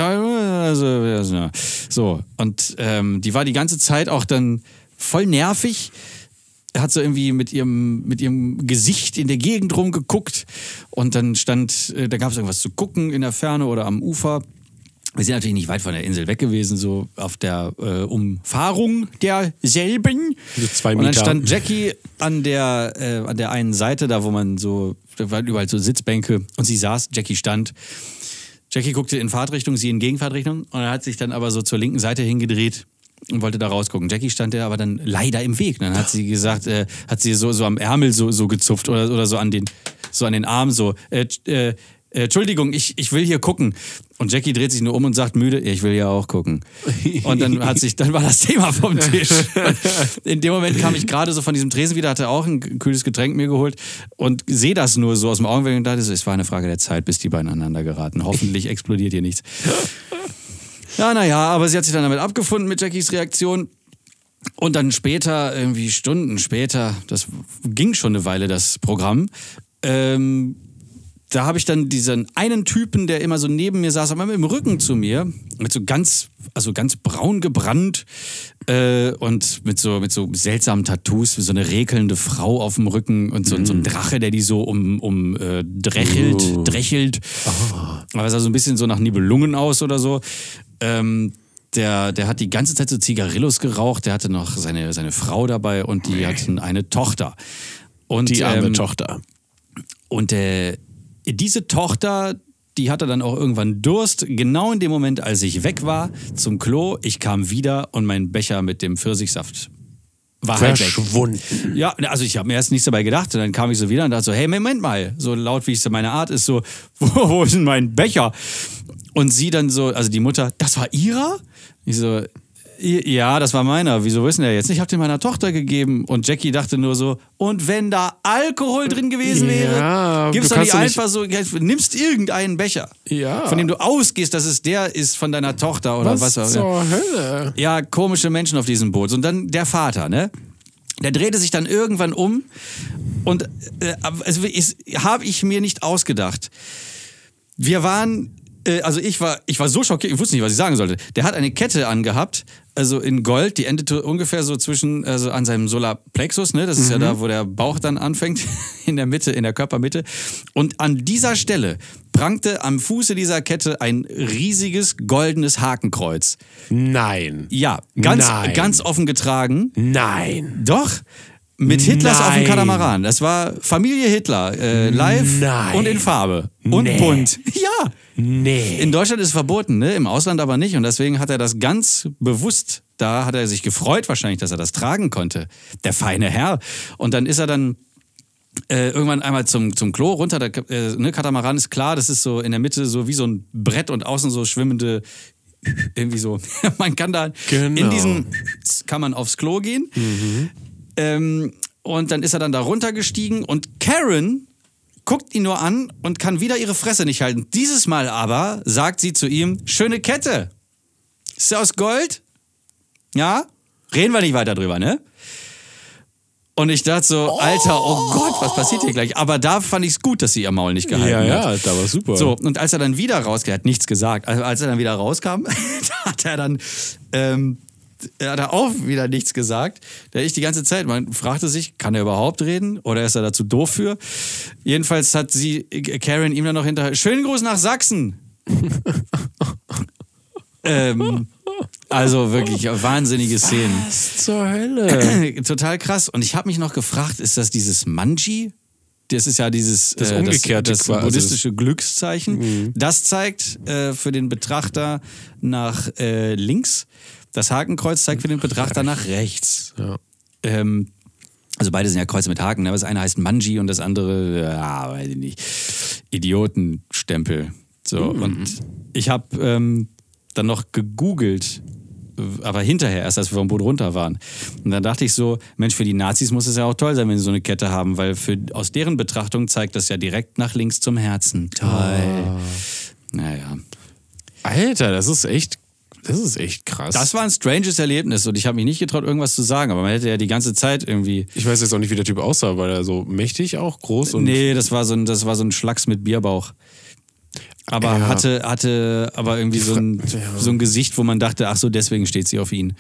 so. Und die war die ganze Zeit auch dann voll nervig. Er hat so irgendwie mit ihrem Gesicht in der Gegend rumgeguckt. Und dann da gab es irgendwas zu gucken in der Ferne oder am Ufer. Wir sind natürlich nicht weit von der Insel weg gewesen, so auf der Umfahrung derselben. So 2 Meter. Und dann stand Jackie an der einen Seite, da wo man so, da waren überall so Sitzbänke und sie saß, Jackie stand. Jackie guckte in Fahrtrichtung, sie in Gegenfahrtrichtung und er hat sich dann aber so zur linken Seite hingedreht und wollte da rausgucken. Jackie stand aber dann leider im Weg. Dann hat sie gesagt, hat sie so am Ärmel so gezupft oder so an den Arm so, Entschuldigung, ich will hier gucken. Und Jackie dreht sich nur um und sagt müde, ich will ja auch gucken. Und dann war das Thema vom Tisch. In dem Moment kam ich gerade so von diesem Tresen wieder, hatte auch ein kühles Getränk mir geholt und sehe das nur so aus dem Augenwinkel und dachte, es war eine Frage der Zeit, bis die beiden aneinander geraten. Hoffentlich explodiert hier nichts. Ja, aber sie hat sich dann damit abgefunden mit Jackies Reaktion. Und dann später, irgendwie Stunden später, das ging schon eine Weile, das Programm, da habe ich dann diesen einen Typen, der immer so neben mir saß, aber im Rücken zu mir, mit so ganz braun gebrannt und mit so seltsamen Tattoos, so eine rekelnde Frau auf dem Rücken und so ein Drache, der die so drechelt. Aber es sah so ein bisschen so nach Nibelungen aus oder so. Der hat die ganze Zeit so Zigarillos geraucht, der hatte noch seine Frau dabei und die hatten eine Tochter. Und, die arme Tochter. Und diese Tochter, die hatte dann auch irgendwann Durst. Genau in dem Moment, als ich weg war zum Klo, ich kam wieder und mein Becher mit dem Pfirsichsaft war halt weg. Verschwunden. Ja, also ich habe mir erst nichts dabei gedacht und dann kam ich so wieder und dachte so, hey, Moment mal, so laut wie es meine Art ist, so, wo ist denn mein Becher? Und sie dann so, also die Mutter, das war ihrer? Ich so, ja, das war meiner. Wieso wissen der jetzt? Ich habe den meiner Tochter gegeben. Und Jackie dachte nur so, und wenn da Alkohol drin gewesen wäre, gibst du nicht einfach so, nimmst irgendeinen Becher, von dem du ausgehst, dass es der ist von deiner Tochter oder was auch immer. Zur Hölle? Ja, komische Menschen auf diesem Boot. Und dann der Vater, ne? Der drehte sich dann irgendwann um und habe ich mir nicht ausgedacht. wir waren, also ich war so schockiert, ich wusste nicht, was ich sagen sollte. Der hat eine Kette angehabt, also in Gold, die endete ungefähr so zwischen, also an seinem Solarplexus, ne? Das ist ja da, wo der Bauch dann anfängt, in der Mitte, in der Körpermitte. Und an dieser Stelle prangte am Fuße dieser Kette ein riesiges goldenes Hakenkreuz. Nein. Ja, ganz offen getragen. Nein. Doch. Mit Hitlers auf dem Nein. Katamaran. Das war Familie Hitler, live Nein. und in Farbe. Und bunt. Ja. Nee. In Deutschland ist es verboten, ne? Im Ausland aber nicht. Und deswegen hat er das ganz bewusst, da hat er sich gefreut wahrscheinlich, dass er das tragen konnte. Der feine Herr. Und dann ist er dann irgendwann einmal zum Klo runter. Der Katamaran ist klar, das ist so in der Mitte so wie so ein Brett und außen so schwimmende, irgendwie so. Man kann da in diesen, kann man aufs Klo gehen. Und dann ist er dann da runtergestiegen und Karen guckt ihn nur an und kann wieder ihre Fresse nicht halten. Dieses Mal aber sagt sie zu ihm, schöne Kette. Ist sie aus Gold? Ja? Reden wir nicht weiter drüber, ne? Und ich dachte so, Alter, oh Gott, was passiert hier gleich? Aber da fand ich es gut, dass sie ihr Maul nicht gehalten hat. Ja, da war super. So, und als er dann wieder rauskam, er hat nichts gesagt, als er dann wieder rauskam, da hat er dann... er hat auch wieder nichts gesagt. Der ich die ganze Zeit, man fragte sich, kann er überhaupt reden oder ist er dazu doof für? Jedenfalls hat Karen ihm dann noch hinterher, schönen Gruß nach Sachsen. Also wirklich wahnsinnige Szenen. Was zur Hölle? Total krass. Und ich habe mich noch gefragt, ist das dieses Manji? Das ist ja dieses Das umgekehrte das buddhistische Glückszeichen. Das zeigt für den Betrachter nach links. Das Hakenkreuz zeigt für den Betrachter nach rechts. Ja. Also beide sind ja Kreuze mit Haken. Aber das eine heißt Manji und das andere, weiß ich nicht, Idiotenstempel. So, und ich habe dann noch gegoogelt, aber hinterher erst, als wir vom Boot runter waren. Und dann dachte ich so, Mensch, für die Nazis muss es ja auch toll sein, wenn sie so eine Kette haben, weil aus deren Betrachtung zeigt das ja direkt nach links zum Herzen. Toll. Naja. Alter, das ist echt krass. Das war ein stranges Erlebnis und ich habe mich nicht getraut, irgendwas zu sagen, aber man hätte ja die ganze Zeit irgendwie... Ich weiß jetzt auch nicht, wie der Typ aussah, weil er so mächtig auch, groß und... Nee, das war so ein Schlacks mit Bierbauch. Aber hatte aber irgendwie so ein Gesicht, wo man dachte, ach so, deswegen steht sie auf ihn.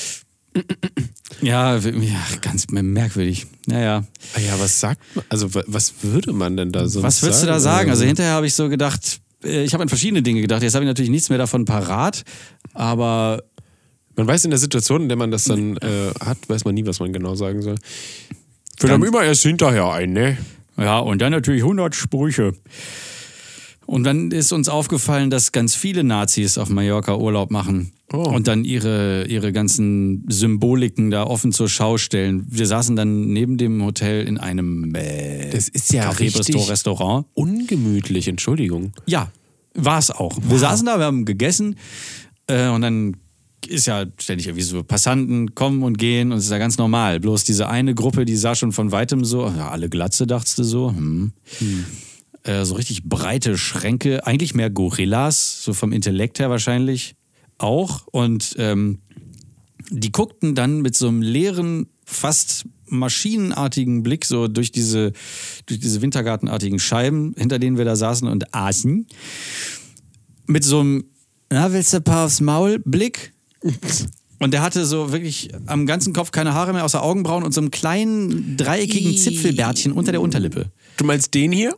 Ja, ganz merkwürdig. Naja. Ja, was sagt man? Also, was würde man denn da so sagen? Was würdest du da sagen? Also, hinterher habe ich so gedacht, ich habe an verschiedene Dinge gedacht. Jetzt habe ich natürlich nichts mehr davon parat, aber... Man weiß in der Situation, in der man das dann hat, weiß man nie, was man genau sagen soll. Fällt einem immer erst hinterher ein, ne? Ja, und dann natürlich 100 Sprüche. Und dann ist uns aufgefallen, dass ganz viele Nazis auf Mallorca Urlaub machen und dann ihre ganzen Symboliken da offen zur Schau stellen. Wir saßen dann neben dem Hotel in einem das ist ja Restaurant. Ungemütlich, Entschuldigung. Ja, war es auch. Wir saßen da, wir haben gegessen und dann ist ja ständig irgendwie so Passanten kommen und gehen und es ist ja ganz normal. Bloß diese eine Gruppe, die sah schon von weitem so, ja, alle Glatze, dachtest du so. So richtig breite Schränke, eigentlich mehr Gorillas, so vom Intellekt her wahrscheinlich auch. Und die guckten dann mit so einem leeren, fast maschinenartigen Blick so durch diese wintergartenartigen Scheiben, hinter denen wir da saßen und aßen. Mit so einem, na, willst du ein paar aufs Maul Blick? Und der hatte so wirklich am ganzen Kopf keine Haare mehr, außer Augenbrauen und so einem kleinen, dreieckigen Zipfelbärtchen unter der Unterlippe. Du meinst den hier?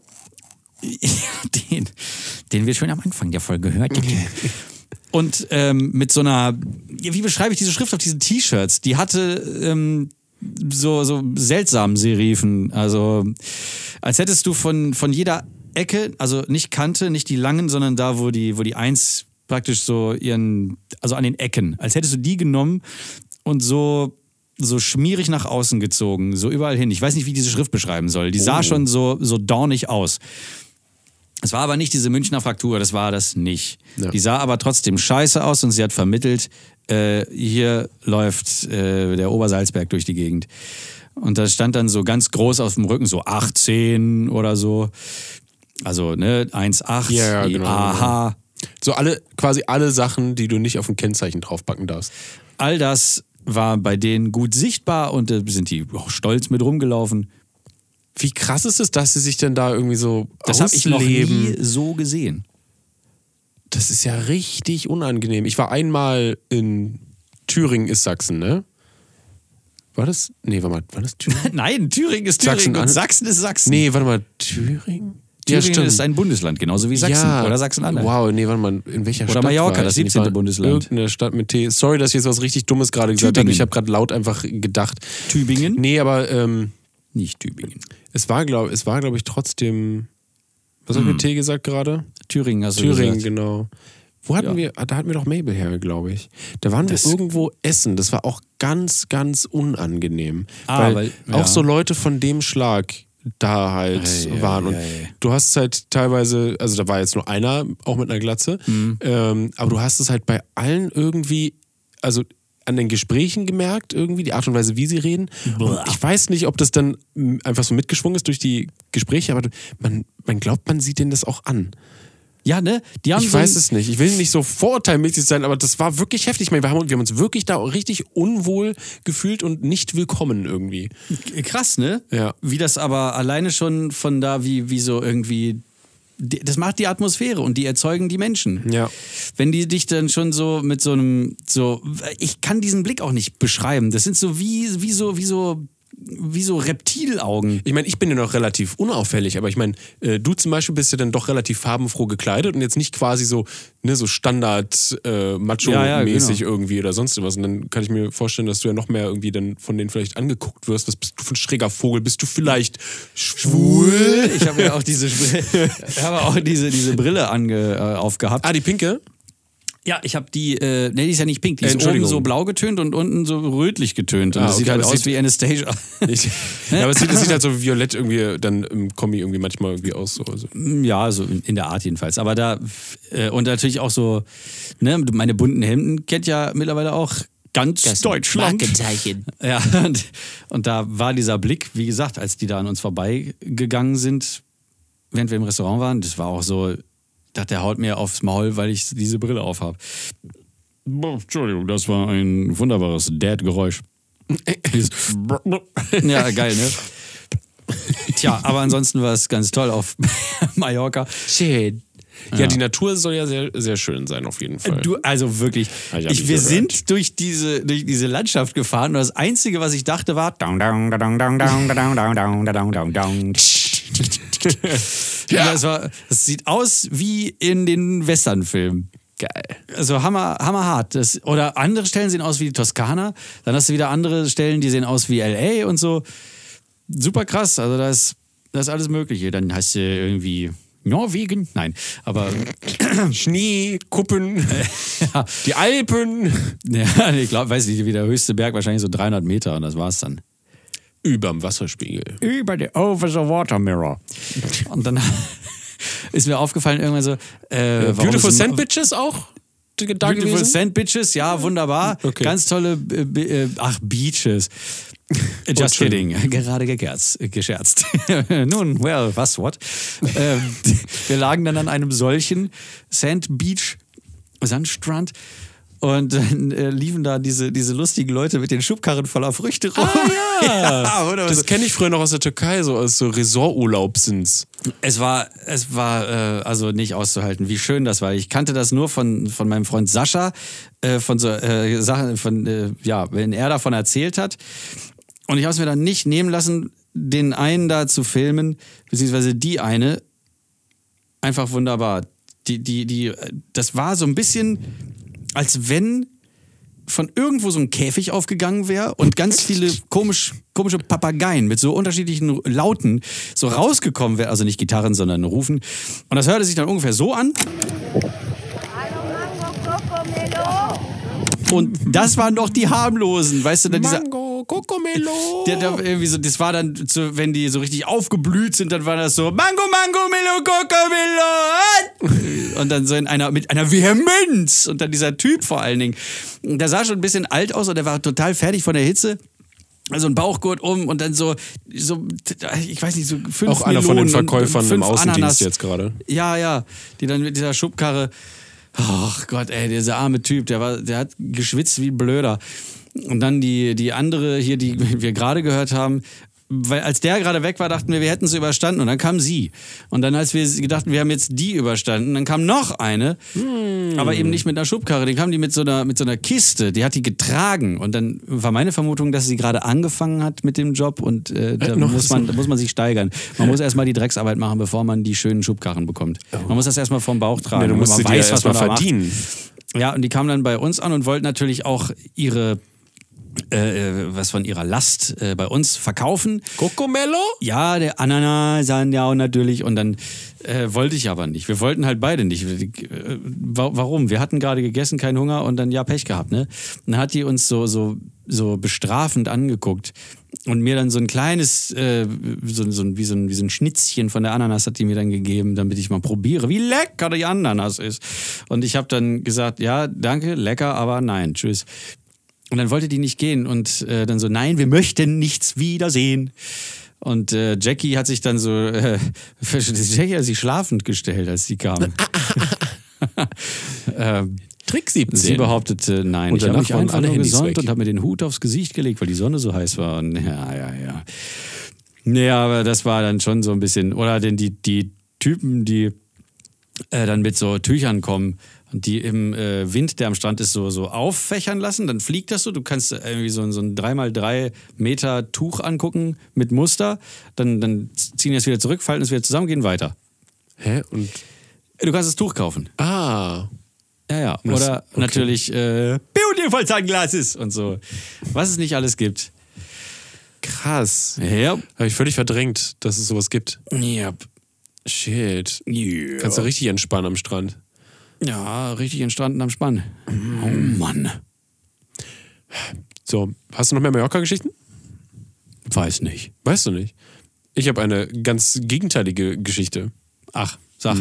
Den wir schon am Anfang der Folge gehört haben. Und mit so einer, wie beschreibe ich diese Schrift auf diesen T-Shirts? Die hatte so seltsamen Serifen. Also als hättest du von jeder Ecke, also nicht Kante, nicht die langen, sondern da, wo die Eins praktisch so also an den Ecken, als hättest du die genommen und so schmierig nach außen gezogen, so überall hin. Ich weiß nicht, wie ich diese Schrift beschreiben soll. Die sah schon so dornig aus. Es war aber nicht diese Münchner Fraktur, das war das nicht. Ja. Die sah aber trotzdem scheiße aus und sie hat vermittelt, hier läuft der Obersalzberg durch die Gegend. Und da stand dann so ganz groß auf dem Rücken, so 18 oder so. Also, ne, 1,8, ja, genau. AH. So quasi alle Sachen, die du nicht auf ein Kennzeichen draufpacken darfst. All das war bei denen gut sichtbar und sind die auch stolz mit rumgelaufen. Wie krass ist es, dass sie sich denn da irgendwie so Das habe ich noch ausleben? nie so gesehen. Das ist ja richtig unangenehm. Ich war einmal in Thüringen ist Sachsen, ne? War das? Nee, warte mal, war das Thüringen? Nein, Thüringen ist Thüringen und Sachsen ist Sachsen. Nee, warte mal, Thüringen? Thüringen ist ein Bundesland, genauso wie Sachsen oder Sachsen-Anhalt. Wow, nee, warte mal, in welcher Stadt Oder Mallorca, war das ich? 17. Bundesland. Irgendeine Stadt mit T. Sorry, dass ich jetzt was richtig Dummes gerade gesagt habe. Ich habe gerade laut einfach gedacht. Tübingen? Nee, aber Nicht Tübingen. es war, glaube ich, trotzdem. Was habe ich mit T gesagt gerade? Thüringen hast du Thüringen, gesagt. genau. Wo hatten wir, da hatten wir doch Mabel her, glaube ich. Da waren wir irgendwo essen. Das war auch ganz, ganz unangenehm. Weil auch so Leute von dem Schlag da halt waren. Und du hast es halt teilweise, also da war jetzt nur einer, auch mit einer Glatze, aber du hast es halt bei allen irgendwie, also an den Gesprächen gemerkt, irgendwie, die Art und Weise, wie sie reden. Und ich weiß nicht, ob das dann einfach so mitgeschwungen ist durch die Gespräche, aber man glaubt, man sieht denen das auch an. Ja, ne? Die haben Ich weiß es nicht. Ich will nicht so vorurteilmäßig sein, aber das war wirklich heftig. Ich meine, wir haben uns wirklich da richtig unwohl gefühlt und nicht willkommen irgendwie. Krass, ne? Ja. Wie das aber alleine schon von da, wie so irgendwie. Das macht die Atmosphäre und die erzeugen die Menschen. Ja. Wenn die dich dann schon so mit so einem. Ich kann diesen Blick auch nicht beschreiben. Das sind so wie so Reptilaugen. Ich meine, ich bin ja noch relativ unauffällig, aber ich meine, du zum Beispiel bist ja dann doch relativ farbenfroh gekleidet und jetzt nicht quasi so, ne, so Standard Macho-mäßig irgendwie oder sonst was. Und dann kann ich mir vorstellen, dass du ja noch mehr irgendwie dann von denen vielleicht angeguckt wirst. Was bist du für ein schräger Vogel? Bist du vielleicht schwul? Ich habe ja auch diese Brille aufgehabt. Ah, die pinke? Ja, ich habe die, die ist ja nicht pink, die ist oben so blau getönt und unten so rötlich getönt. Und das sieht halt aus wie Anastasia. Ja, aber es sieht halt so violett irgendwie dann im Kombi irgendwie manchmal irgendwie aus. So. Also. Ja, so in der Art jedenfalls. Aber da, und natürlich auch so, ne, meine bunten Hemden kennt ja mittlerweile auch ganz Deutschland. Markenzeichen. Ja, und da war dieser Blick, wie gesagt, als die da an uns vorbeigegangen sind, während wir im Restaurant waren, das war auch so, ich dachte, der haut mir aufs Maul, weil ich diese Brille aufhab. Entschuldigung, das war ein wunderbares Dad-Geräusch. Ja, geil, ne? Tja, aber ansonsten war es ganz toll auf Mallorca. Schön. Ja, die Natur soll ja sehr, sehr schön sein, auf jeden Fall. Also wirklich, wir sind durch diese Landschaft gefahren und das Einzige, was ich dachte, war das sieht aus wie in den Westernfilmen. Geil. Also hammerhart. Oder andere Stellen sehen aus wie die Toskana. Dann hast du wieder andere Stellen, die sehen aus wie L.A. und so. Super krass. Also da ist alles Mögliche. Dann hast du irgendwie Norwegen. Nein, aber Schnee, Kuppen, die Alpen. Ja, ich glaube, weiß nicht, wie der höchste Berg, wahrscheinlich so 300 Meter und das war's dann. Überm Wasserspiegel. Over the water mirror. Und dann ist mir aufgefallen irgendwann so, Beautiful Sandwiches auch? Da Beautiful gewesen? Sandwiches, ja, wunderbar. Okay. Ganz tolle, Beaches. Just kidding, gerade gescherzt. Nun, well, what? Wir lagen dann an einem solchen Sandstrand und dann liefen da diese lustigen Leute mit den Schubkarren voller Früchte rum. Ja, oder? Das kenne ich früher noch aus der Türkei, so aus so Resorturlaub sind's. Es war also nicht auszuhalten, wie schön das war. Ich kannte das nur von meinem Freund Sascha, von so Sachen, wenn er davon erzählt hat. Und ich habe es mir dann nicht nehmen lassen, den einen da zu filmen, beziehungsweise die eine. Einfach wunderbar. Das war so ein bisschen, als wenn von irgendwo so ein Käfig aufgegangen wäre und ganz viele komische Papageien mit so unterschiedlichen Lauten so rausgekommen wären. Also nicht Gitarren, sondern Rufen. Und das hörte sich dann ungefähr so an. Und das waren doch die harmlosen, weißt du, dann dieser Mango, Coco-Melo. irgendwie so, das war dann so, wenn die so richtig aufgeblüht sind, dann war das so Mango, Melo, Coco-Melo. Und dann so mit einer Vehemenz. Und dann dieser Typ vor allen Dingen. Der sah schon ein bisschen alt aus und der war total fertig von der Hitze. Also ein Bauchgurt und dann so, ich weiß nicht, so 5 Auch einer von den Verkäufern im Außendienst Ananas. jetzt gerade. Ja, die dann mit dieser Schubkarre. Ach Gott, ey, dieser arme Typ, der hat geschwitzt wie ein Blöder. Und dann die andere hier, die wir gerade gehört haben, weil als der gerade weg war, dachten wir hätten es überstanden und dann kam sie. Und dann, als wir gedachten, wir haben jetzt die überstanden, dann kam noch eine, aber eben nicht mit einer Schubkarre, die kam die mit so einer Kiste, die hat die getragen und dann war meine Vermutung, dass sie gerade angefangen hat mit dem Job und da muss man sich steigern. Man muss erstmal die Drecksarbeit machen, bevor man die schönen Schubkarren bekommt. Man muss das erstmal vom Bauch tragen. Ja, du musst sie dir erstmal verdienen. Ja, und die kamen dann bei uns an und wollten natürlich auch was von ihrer Last bei uns verkaufen. Cocomello? Ja, der Ananas, ja natürlich. Und dann wollte ich aber nicht. Wir wollten halt beide nicht. Warum? Wir hatten gerade gegessen, keinen Hunger und dann Pech gehabt. Ne? Dann hat die uns so bestrafend angeguckt und mir dann so ein kleines, wie so ein Schnitzchen von der Ananas hat die mir dann gegeben, damit ich mal probiere, wie lecker die Ananas ist. Und ich habe dann gesagt, ja, danke, lecker, aber nein, tschüss. Und dann wollte die nicht gehen und dann so, nein, wir möchten nichts wiedersehen. Und Jackie hat sich dann so, Jackie hat sich schlafend gestellt, als sie kam. Trick 17. Sie behauptete, nein, und ich habe mich einfach nur gesonnt weg. und habe mir den Hut aufs Gesicht gelegt, weil die Sonne so heiß war. Und ja. Naja, aber das war dann schon so ein bisschen, oder denn die Typen, die dann mit so Tüchern kommen, und die im Wind, der am Strand ist, so auffächern lassen, dann fliegt das so. Du kannst irgendwie so ein 3x3 Meter Tuch angucken mit Muster, dann ziehen die es wieder zurück, falten es wieder zusammen, gehen weiter. Hä? Und du kannst das Tuch kaufen. Ah. Ja. Oder okay. Natürlich Beautiful Sunglasses und so. Was es nicht alles gibt. Krass. Ja. Habe ich völlig verdrängt, dass es sowas gibt. Ja. Shit. Ja. Kannst du richtig entspannen am Strand. Ja, richtig entstanden am Spann. Oh Mann. So, hast du noch mehr Mallorca-Geschichten? Weiß nicht. Weißt du nicht? Ich habe eine ganz gegenteilige Geschichte. Ach, sag.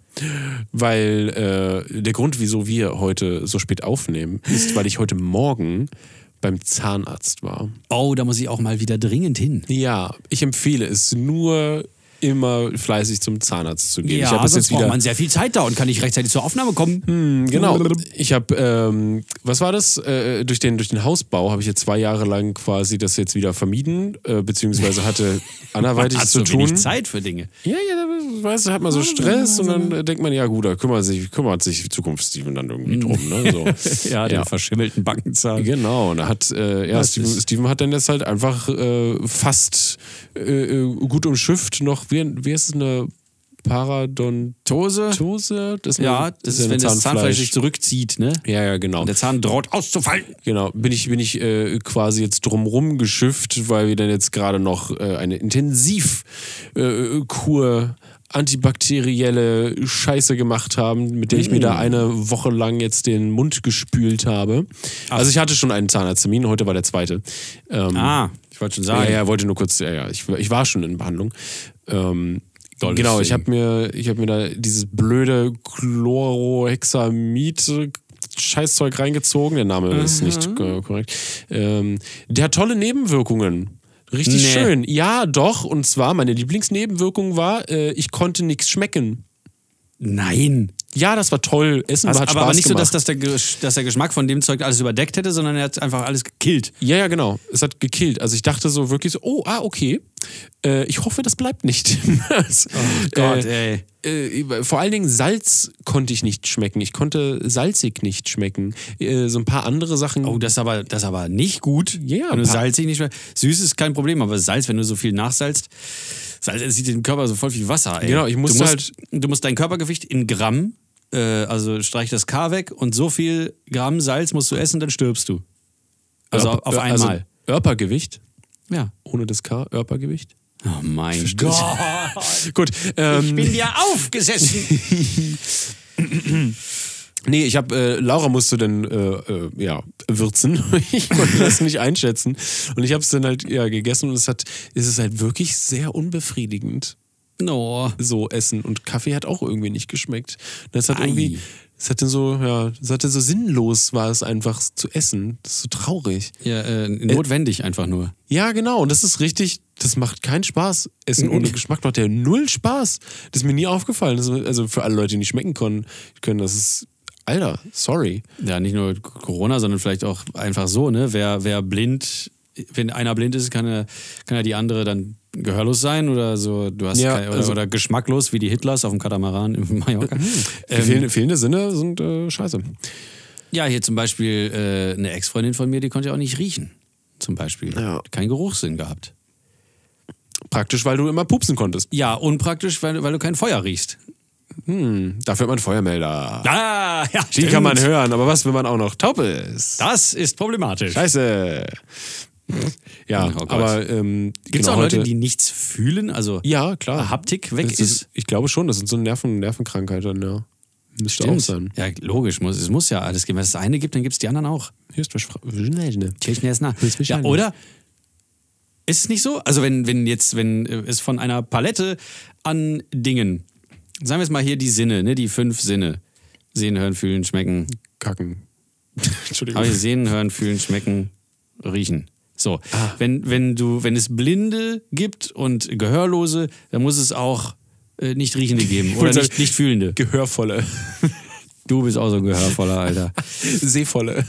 Weil der Grund, wieso wir heute so spät aufnehmen, ist, weil ich heute Morgen beim Zahnarzt war. Oh, da muss ich auch mal wieder dringend hin. Ja, ich empfehle es nur immer fleißig zum Zahnarzt zu gehen. Ja, ich habe sonst braucht man sehr viel Zeit da und kann nicht rechtzeitig zur Aufnahme kommen. Genau. Ich habe, was war das? Durch den Hausbau habe ich jetzt 2 Jahre lang quasi das jetzt wieder vermieden, beziehungsweise hatte anderweitig zu tun. Wenig Zeit für Dinge. Ja, weißt du, hat man so Stress und dann denkt man, ja gut, da kümmert sich Zukunfts-Steven dann irgendwie drum. Ne? So. Ja, den verschimmelten Backenzahn. Genau, und da hat Steven hat dann jetzt halt einfach fast gut umschifft noch, wie heißt es, eine Paradontose? Das ist wenn das Zahnfleisch sich zurückzieht, ne? Ja, genau. Und der Zahn droht auszufallen. Genau, bin ich quasi jetzt drumrum geschifft, weil wir dann jetzt gerade noch eine Intensivkur antibakterielle Scheiße gemacht haben, mit der ich mir da eine Woche lang jetzt den Mund gespült habe. Also ich hatte schon einen Zahnarzttermin, heute war der 2. Ich wollte schon sagen. Ja, wollte nur kurz, ich war schon in Behandlung. Genau, ich hab mir da dieses blöde Chlorhexamid Scheißzeug reingezogen. Der Name ist nicht korrekt. Der hat tolle Nebenwirkungen. Richtig schön. Ja, doch. Und zwar, meine Lieblingsnebenwirkung war, ich konnte nichts schmecken. Nein. Ja, das war toll. Essen hat Spaß gemacht. Aber nicht so, dass der Geschmack von dem Zeug alles überdeckt hätte, sondern er hat einfach alles gekillt. Ja, genau. Es hat gekillt. Also ich dachte so wirklich so, okay. Ich hoffe, das bleibt nicht. Oh Gott, ey. Vor allen Dingen Salz konnte ich nicht schmecken. Ich konnte salzig nicht schmecken. So ein paar andere Sachen. Oh, das ist aber nicht gut. Ja, wenn du salzig nicht schmeckst. Süß ist kein Problem, aber Salz, wenn du so viel nachsalzt, Salz sieht den Körper so voll viel Wasser. Ey. Genau, du musst dein Körpergewicht in Gramm, also streich das K weg und so viel Gramm Salz musst du essen, dann stirbst du. Also auf einmal. Also Örpergewicht? Ja. Ohne das K, Örpergewicht? Oh mein Gott. Gut. Ich bin dir aufgesessen. Nee, Laura musste dann würzen. Ich konnte das nicht einschätzen. Und ich habe es dann halt gegessen und es ist halt wirklich sehr unbefriedigend. No. So Essen. Und Kaffee hat auch irgendwie nicht geschmeckt. Das hat irgendwie, es hatte so sinnlos war es einfach zu essen. Das ist so traurig. Ja, notwendig einfach nur. Ja, genau. Und das ist richtig, das macht keinen Spaß. Essen ohne Geschmack macht ja 0 Spaß. Das ist mir nie aufgefallen. Also für alle Leute, die nicht schmecken können, das ist, Alter, sorry. Ja, nicht nur Corona, sondern vielleicht auch einfach so, ne? Wer blind wenn einer blind ist, kann ja die andere dann gehörlos sein oder so. Du hast oder geschmacklos wie die Hitlers auf dem Katamaran in Mallorca. Fehlende Sinne sind scheiße. Ja, hier zum Beispiel eine Ex-Freundin von mir, die konnte ja auch nicht riechen. Zum Beispiel. Ja. Keinen Geruchssinn gehabt. Praktisch, weil du immer pupsen konntest. Ja, unpraktisch, weil du kein Feuer riechst. Dafür hat man einen Feuermelder. Ah, ja, Die kann man hören, aber was, wenn man auch noch taub ist? Das ist problematisch. Scheiße. Ja, aber gibt es auch Leute, die nichts fühlen? Also ja, klar. Haptik weg ist? Ich glaube schon, das sind so Nervenkrankheiten, ja. Müsste auch sein. Ja, logisch. Es muss ja alles geben. Wenn es das eine gibt, dann gibt es die anderen auch. Ja, oder? Ist es nicht so? Also wenn es von einer Palette an Dingen, sagen wir es mal hier die Sinne, ne, die 5 Sinne. Sehen, hören, fühlen, schmecken. Kacken. Entschuldigung. Aber sehen, hören, fühlen, schmecken, riechen. So. Wenn es Blinde gibt und Gehörlose, dann muss es auch nicht Riechende geben. Oder nicht Fühlende. Gehörvolle. Du bist auch so ein Gehörvoller, Alter. Sehvolle.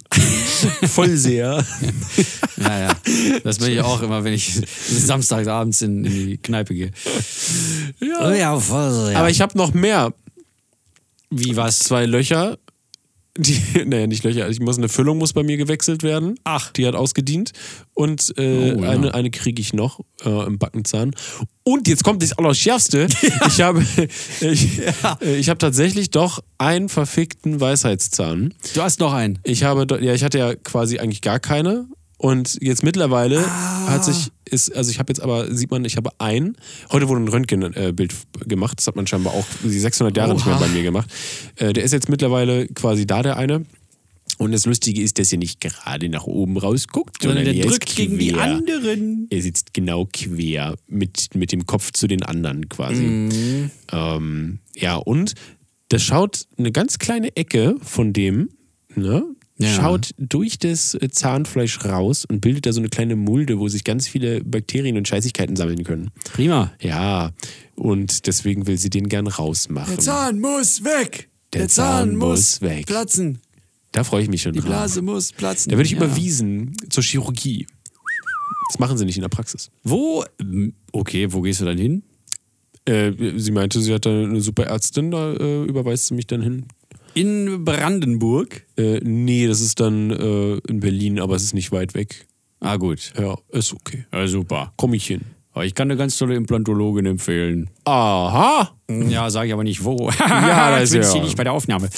Vollseher. Ja. Das bin ich auch immer, wenn ich samstagsabends in die Kneipe gehe. Ja. Oh ja, Vollseher. Aber ich habe noch mehr. Wie was? 2 Löcher. Nicht Löcher. Eine Füllung muss bei mir gewechselt werden. Ach. Die hat ausgedient. Und eine kriege ich noch im Backenzahn. Und jetzt kommt das Allerschärfste. Ja. Ich habe tatsächlich doch einen verfickten Weisheitszahn. Du hast noch einen? Ich hatte ja quasi eigentlich gar keine. Und jetzt mittlerweile ich habe jetzt aber, sieht man, ich habe einen. Heute wurde ein Röntgenbild gemacht. Das hat man scheinbar auch die 600 Jahre nicht mehr bei mir gemacht. Der ist jetzt mittlerweile quasi da, der eine. Und das Lustige ist, dass er nicht gerade nach oben rausguckt, sondern der er drückt gegen die anderen. Er sitzt genau quer mit dem Kopf zu den anderen quasi. Ja, und das schaut eine ganz kleine Ecke von dem, ne? Ja. Schaut durch das Zahnfleisch raus und bildet da so eine kleine Mulde, wo sich ganz viele Bakterien und Scheißigkeiten sammeln können. Prima. Ja, und deswegen will sie den gern rausmachen. Der Zahn muss weg. Der Zahn muss weg. Platzen. Da freue ich mich schon drauf. Die Blase muss platzen. Da würde ich überwiesen zur Chirurgie. Das machen sie nicht in der Praxis. Wo gehst du dann hin? Sie meinte, sie hat da eine super Ärztin, da überweist sie mich dann hin. In Brandenburg? Nee, das ist dann in Berlin, aber es ist nicht weit weg. Ah, gut. Ja, ist okay. Ja, super. Komm ich hin. Ich kann eine ganz tolle Implantologin empfehlen. Aha. Ja, sage ich aber nicht wo. Ja, das ist ja nicht bei der Aufnahme.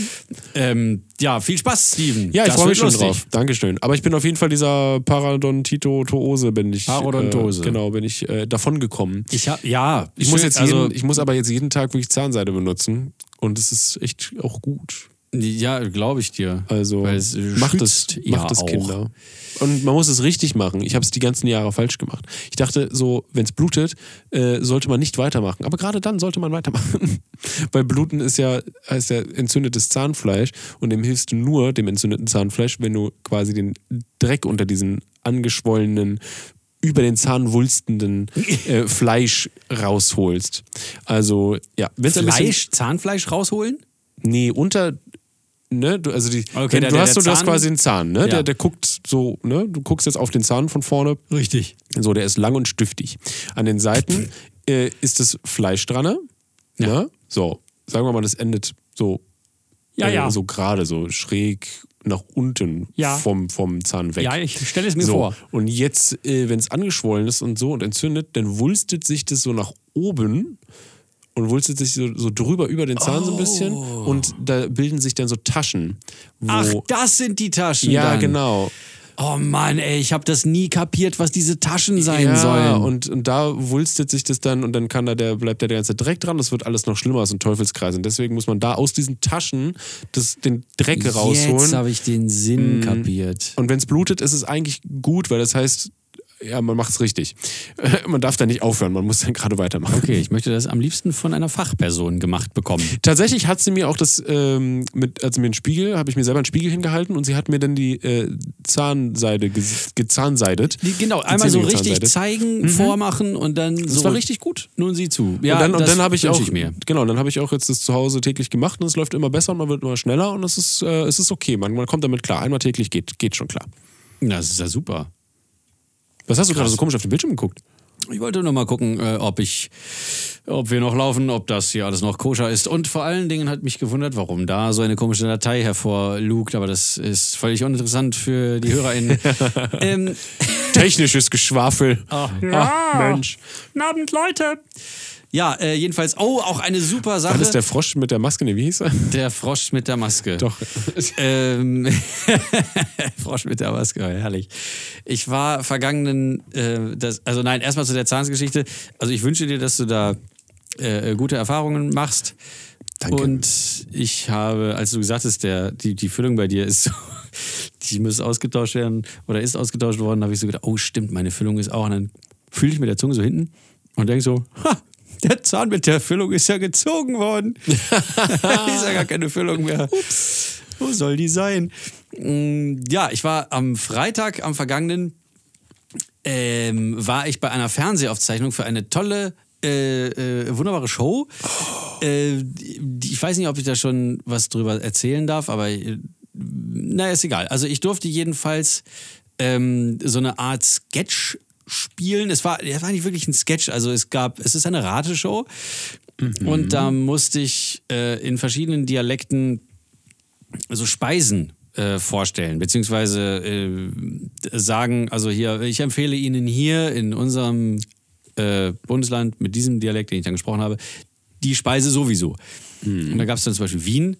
Ja, viel Spaß, Steven. Ja, ich freue mich schon drauf. Dankeschön. Aber ich bin auf jeden Fall dieser Parodontose bin ich. Parodontose. Genau, bin ich davon gekommen. Ich muss aber jetzt jeden Tag wirklich Zahnseide benutzen. Und es ist echt auch gut. Ja, glaube ich dir. Also macht es Kinder. Und man muss es richtig machen. Ich habe es die ganzen Jahre falsch gemacht. Ich dachte so, wenn es blutet, sollte man nicht weitermachen. Aber gerade dann sollte man weitermachen. Weil Bluten heißt ja entzündetes Zahnfleisch und dem hilfst du nur, dem entzündeten Zahnfleisch, wenn du quasi den Dreck unter diesen angeschwollenen, über den Zahn wulstenden Fleisch rausholst. Also, ja. Zahnfleisch rausholen? Nee, ne, du hast quasi einen Zahn, ne? Ja. Der guckt so, ne? Du guckst jetzt auf den Zahn von vorne. Richtig. So, der ist lang und stüftig. An den Seiten ist das Fleisch dran, ne? Ja. Ne? So, sagen wir mal, das endet so, so gerade, so schräg nach unten vom Zahn weg. Ja, ich stelle es mir vor. Und jetzt, wenn es angeschwollen ist und so und entzündet, dann wulstet sich das so nach oben und wulstet sich so drüber über den Zahn so ein bisschen und da bilden sich dann so Taschen. Ach, das sind die Taschen Ja, dann. genau. Oh Mann, ey, ich habe das nie kapiert, was diese Taschen sein sollen. Und da wulstet sich das dann und dann bleibt der ganze Dreck dran. Das wird alles noch schlimmer als ein Teufelskreis. Und deswegen muss man da aus diesen Taschen den Dreck rausholen. Jetzt habe ich den Sinn kapiert. Und wenn es blutet, ist es eigentlich gut, weil das heißt, ja, man macht es richtig. Man darf da nicht aufhören, man muss dann gerade weitermachen. Okay, ich möchte das am liebsten von einer Fachperson gemacht bekommen. Tatsächlich hat sie mir auch das, habe ich mir selber einen Spiegel hingehalten und sie hat mir dann die Zahnseide gezahnseidet. Genau, einmal so richtig zeigen, vormachen und dann so. Das war richtig gut. Nun sieh zu. Ja, und dann habe ich auch, dann habe ich auch jetzt das zu Hause täglich gemacht und es läuft immer besser und man wird immer schneller und es ist okay. Man kommt damit klar. Einmal täglich geht schon klar. Das ist ja super. Was hast du gerade so komisch auf den Bildschirm geguckt? Ich wollte nur mal gucken, ob wir noch laufen, ob das hier alles noch koscher ist. Und vor allen Dingen hat mich gewundert, warum da so eine komische Datei hervorlugt. Aber das ist völlig uninteressant für die HörerInnen. Technisches Geschwafel. Ach, Mensch. Guten Abend, Leute. Ja, jedenfalls, auch eine super Sache. War das der Frosch mit der Maske? Nee, wie hieß er? Der Frosch mit der Maske. Doch. Frosch mit der Maske, herrlich. Ich war vergangenen, erstmal zu der Zahnsgeschichte. Also ich wünsche dir, dass du da gute Erfahrungen machst. Danke. Und ich habe, als du gesagt hast, die Füllung bei dir ist so, die muss ausgetauscht werden oder ist ausgetauscht worden, habe ich so gedacht, oh stimmt, meine Füllung ist auch. Und dann fühle ich mit der Zunge so hinten und denke so, der Zahn mit der Füllung ist ja gezogen worden. Ist ja gar keine Füllung mehr. Ups. Wo soll die sein? Ja, ich war am Freitag, am vergangenen, war ich bei einer Fernsehaufzeichnung für eine tolle, wunderbare Show. Ich weiß nicht, ob ich da schon was drüber erzählen darf, aber naja, ist egal. Also ich durfte jedenfalls so eine Art Sketch spielen. Es war nicht wirklich ein Sketch, also es ist eine Rateshow und da musste ich in verschiedenen Dialekten so Speisen vorstellen, beziehungsweise sagen, also hier, ich empfehle Ihnen hier in unserem Bundesland mit diesem Dialekt, den ich dann gesprochen habe, die Speise sowieso. Und da gab es dann zum Beispiel Wien.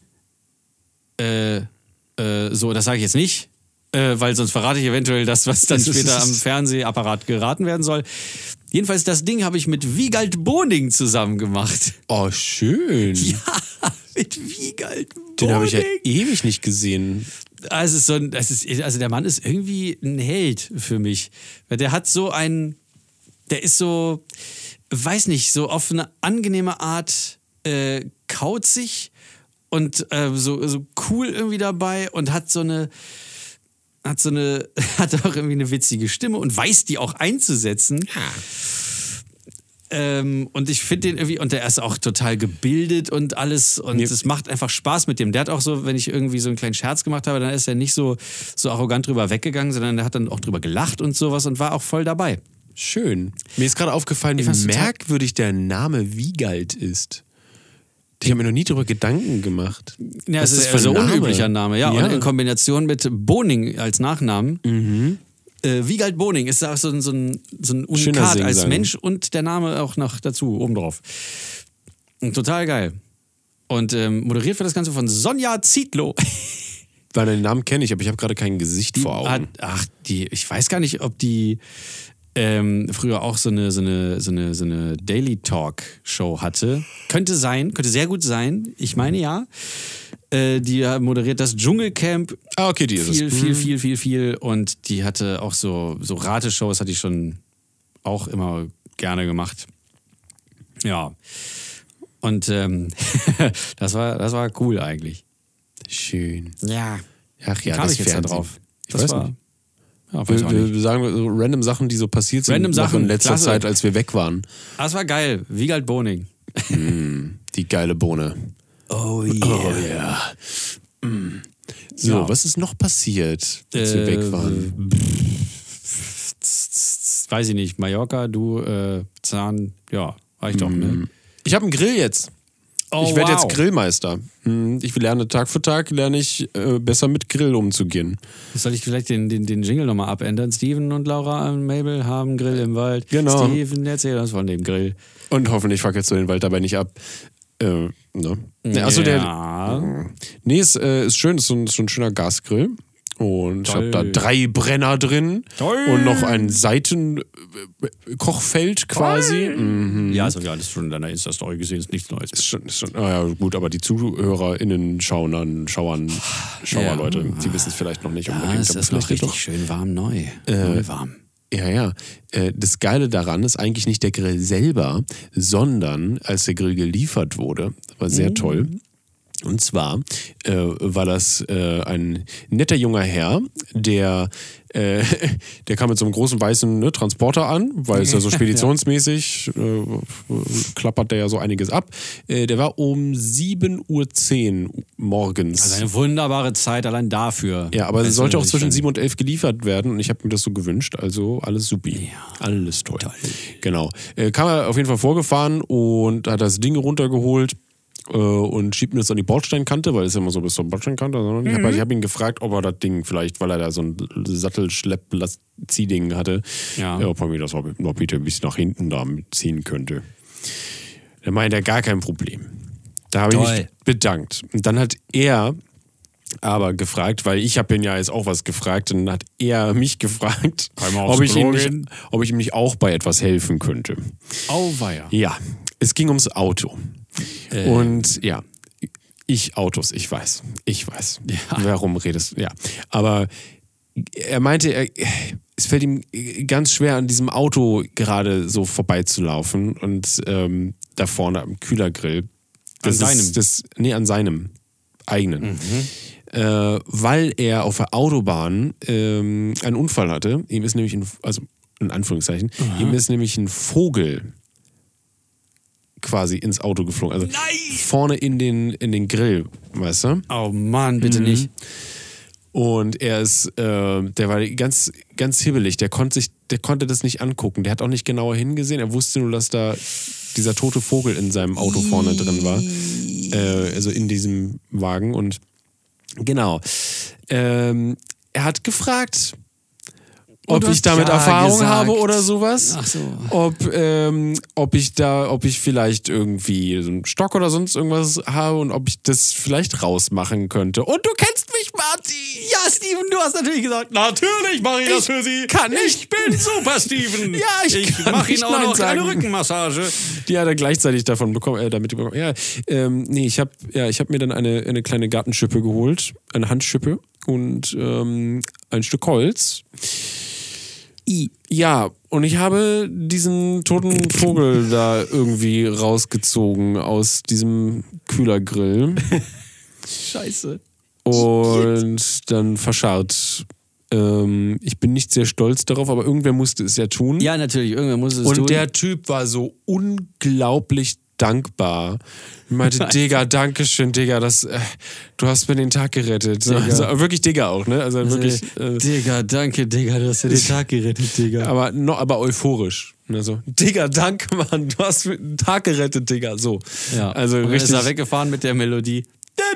So, das sage ich jetzt nicht, weil sonst verrate ich eventuell das, was dann später am Fernsehapparat geraten werden soll. Jedenfalls, das Ding habe ich mit Wiegald Boning zusammen gemacht. Oh, schön. Ja, mit Wiegald Boning. Den habe ich ja ewig nicht gesehen. Also der Mann ist irgendwie ein Held für mich. Weil der hat der ist so, weiß nicht, so auf eine angenehme Art kauzig und so cool irgendwie dabei und hat auch irgendwie eine witzige Stimme und weiß die auch einzusetzen. Und ich finde den irgendwie, und der ist auch total gebildet und alles und es macht einfach Spaß mit dem. Der hat auch so, wenn ich irgendwie so einen kleinen Scherz gemacht habe, dann ist er nicht so arrogant drüber weggegangen, sondern der hat dann auch drüber gelacht und sowas und war auch voll dabei. Schön. Mir ist gerade aufgefallen, wie merkwürdig der Name Wiegald ist. Ich habe mir noch nie darüber Gedanken gemacht. Ja, es ist so ein unüblicher Name. Ja, und in Kombination mit Boning als Nachnamen. Wiegald Boning ist auch so ein Unikat als Mensch und der Name auch noch dazu, obendrauf. Total geil. Und moderiert wird das Ganze von Sonja Zietlow. Weil den Namen kenne ich, aber ich habe gerade kein Gesicht vor Augen. Ich weiß gar nicht, ob die früher auch so eine Daily Talk Show hatte. Könnte sehr gut sein. Ich meine ja. Die moderiert das Dschungelcamp. Ah, okay, die ist es. Viel. Und die hatte auch so Rateshows, hatte ich schon auch immer gerne gemacht. Ja. Und das war cool eigentlich. Schön. Ja. Ach ja, kam das ich jetzt da Fernsehen. drauf. Ich weiß nicht. Ja, wir sagen so random Sachen, die so passiert sind in letzter Zeit, als wir weg waren. Das war geil. Wiegald Boning. Die geile Bohne. Oh yeah. So, was ist noch passiert, als wir weg waren? Weiß ich nicht. Mallorca, du, Zahn, ja, war ich doch, ne? Ich habe einen Grill jetzt. Oh, ich werde jetzt Grillmeister. Ich lerne Tag für Tag, besser mit Grill umzugehen. Soll ich vielleicht den Jingle nochmal abändern? Steven und Laura und Mabel haben Grill im Wald. Genau. Steven, erzähl uns von dem Grill. Und hoffentlich fackelst du den Wald dabei nicht ab. Ne? Also nee, es ist schön, es ist so ein schöner Gasgrill. Und ich habe da 3 Brenner drin. Toll. Und noch ein Seitenkochfeld quasi. Ja, das habe ich alles schon in deiner Insta-Story gesehen, ist nichts Neues. Ist schon, ja gut, aber die ZuhörerInnen Schauerleute, die wissen es vielleicht noch nicht unbedingt. Es ist noch richtig schön warm neu. Warm. Ja. Das Geile daran ist eigentlich nicht der Grill selber, sondern als der Grill geliefert wurde, war sehr toll, Und zwar war das ein netter junger Herr, der kam mit so einem großen weißen Transporter an, weil es ja so speditionsmäßig klappert der ja so einiges ab. Der war um 7:10 Uhr morgens. Also eine wunderbare Zeit allein dafür. Ja, aber es sollte auch zwischen 7 und 11 geliefert werden und ich habe mir das so gewünscht, also alles supi. Ja. Alles toll. Genau. Kam er auf jeden Fall vorgefahren und hat das Ding runtergeholt und schiebt mir das an die Bordsteinkante, weil es ja immer so bis zur Bordsteinkante. Ich hab ihn gefragt, ob er das Ding vielleicht, weil er da so ein Sattelschlepp-Ziehding hatte, ob er mir das noch bitte ein bisschen nach hinten da mitziehen könnte. Da meinte er, gar kein Problem. Da habe ich mich bedankt. Und dann hat er aber gefragt, weil ich habe ihn ja jetzt auch was gefragt, und dann hat er mich gefragt, ob ich ihm nicht auch bei etwas helfen könnte. Auweia. Ja, es ging ums Auto. Und ja, Autos, ich weiß. Ja. Warum redest du? Ja, aber er meinte, es fällt ihm ganz schwer, an diesem Auto gerade so vorbeizulaufen und da vorne am Kühlergrill. An seinem eigenen. Weil er auf der Autobahn einen Unfall hatte. Ihm ist nämlich in Anführungszeichen, ihm ist nämlich ein Vogel quasi ins Auto geflogen. Also vorne in den Grill, weißt du? Oh Mann, bitte nicht. Und er ist, der war ganz, ganz hibbelig. Der konnte das nicht angucken. Der hat auch nicht genauer hingesehen. Er wusste nur, dass da dieser tote Vogel in seinem Auto vorne drin war. Also in diesem Wagen. Und genau. Er hat gefragt, ob ich damit Erfahrung habe oder sowas. Ach so. Ob ich vielleicht irgendwie so einen Stock oder sonst irgendwas habe und ob ich das vielleicht rausmachen könnte. Und du kennst mich, Martin. Ja, Steven, du hast natürlich gesagt, natürlich mache ich das für Sie. Ich bin super, Steven. Ja, ich mache Ihnen auch noch eine Rückenmassage. Die hat er gleichzeitig damit bekommen. Ja, ich habe mir dann eine kleine Gartenschippe geholt, eine Handschippe und ein Stück Holz. Ja, und ich habe diesen toten Vogel da irgendwie rausgezogen aus diesem Kühlergrill. Scheiße. Und dann verscharrt. Ich bin nicht sehr stolz darauf, aber irgendwer musste es ja tun. Ja, natürlich, irgendwer musste es tun. Und der Typ war so unglaublich dankbar. Ich meinte, Digga, Dankeschön, Digga, du hast mir den Tag gerettet. Also, wirklich Digga auch, ne? Also wirklich. Digga, danke, Digga, du hast mir den Tag gerettet, Digga. Aber euphorisch. Also, Digga, danke, Mann, du hast mir den Tag gerettet, Digga. So. Ja. Also und richtig. Ist er weggefahren mit der Melodie.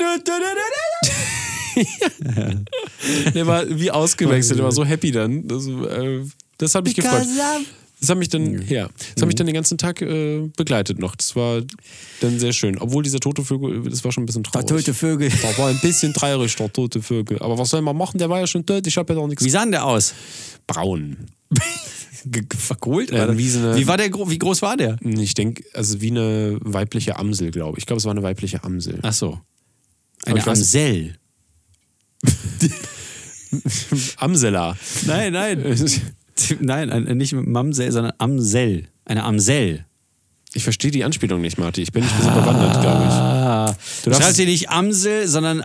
Der war wie ausgewechselt, der war so happy dann. Das hat mich gefreut. Das hat mich dann den ganzen Tag begleitet noch. Das war dann sehr schön. Obwohl dieser tote Vögel, das war schon ein bisschen traurig. Der tote Vögel. Das war ein bisschen traurig, der tote Vögel. Aber was soll man machen? Der war ja schon tot. Ich habe ja doch nichts. Wie sah denn der aus? Braun. Verkohlt? Wie groß war der? Ich denke, also wie eine weibliche Amsel, glaube ich. Ich glaube, es war eine weibliche Amsel. Ach so. Eine Amsel. Amsela. Nein. Nein, nicht Mamsell, sondern Amsel. Eine Amsel. Ich verstehe die Anspielung nicht, Martin. Ich bin nicht so bewandert, glaube ich. Du schreibst hier nicht Amsel, sondern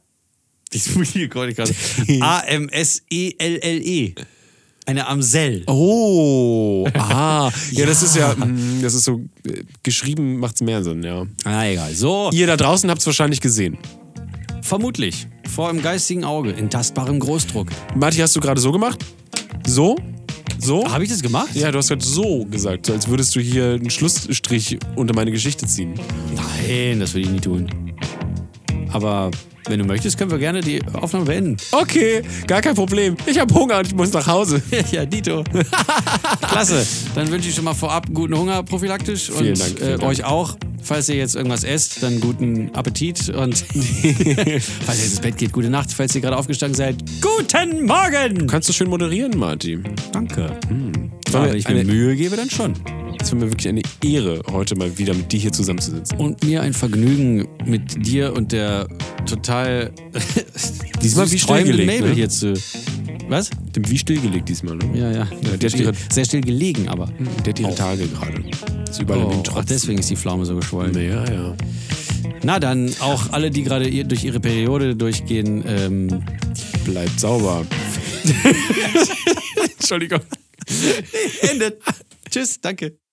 A-M-S-E-L-L-E. Eine Amsel. Oh, ja, das ist so, geschrieben macht's mehr Sinn, ja. Egal. So. Ihr da draußen habt's wahrscheinlich gesehen. Vermutlich. Vor im geistigen Auge, in tastbarem Großdruck. Martin, hast du gerade so gemacht? So? Habe ich das gemacht? Ja, du hast gerade so gesagt, so als würdest du hier einen Schlussstrich unter meine Geschichte ziehen. Nein, das würde ich nie tun. Aber wenn du möchtest, können wir gerne die Aufnahme beenden. Okay, gar kein Problem. Ich habe Hunger und ich muss nach Hause. Ja, Dito. Klasse. Dann wünsche ich schon mal vorab einen guten Hunger prophylaktisch. Vielen und Dank. Euch auch. Falls ihr jetzt irgendwas esst, dann guten Appetit. Und falls ihr jetzt ins Bett geht, gute Nacht. Falls ihr gerade aufgestanden seid, guten Morgen! Kannst du schön moderieren, Martin. Danke. Wenn ich mir Mühe gebe, dann schon. Es war mir wirklich eine Ehre, heute mal wieder mit dir hier zusammenzusitzen. Und mir ein Vergnügen, mit dir und der total diesmal wie stillgelegt, Mabel ne? hier zu... Was? Dem wie stillgelegt diesmal, ne? Ja. Sehr still gelegen, aber. Der hat ihre Tage gerade. Ist überall in dem Trotz. Ach, deswegen ist die Pflaume so geschwollen. Ja. Na dann, auch alle, die gerade durch ihre Periode durchgehen, Bleibt sauber. Entschuldigung. Endet. Tschüss, danke.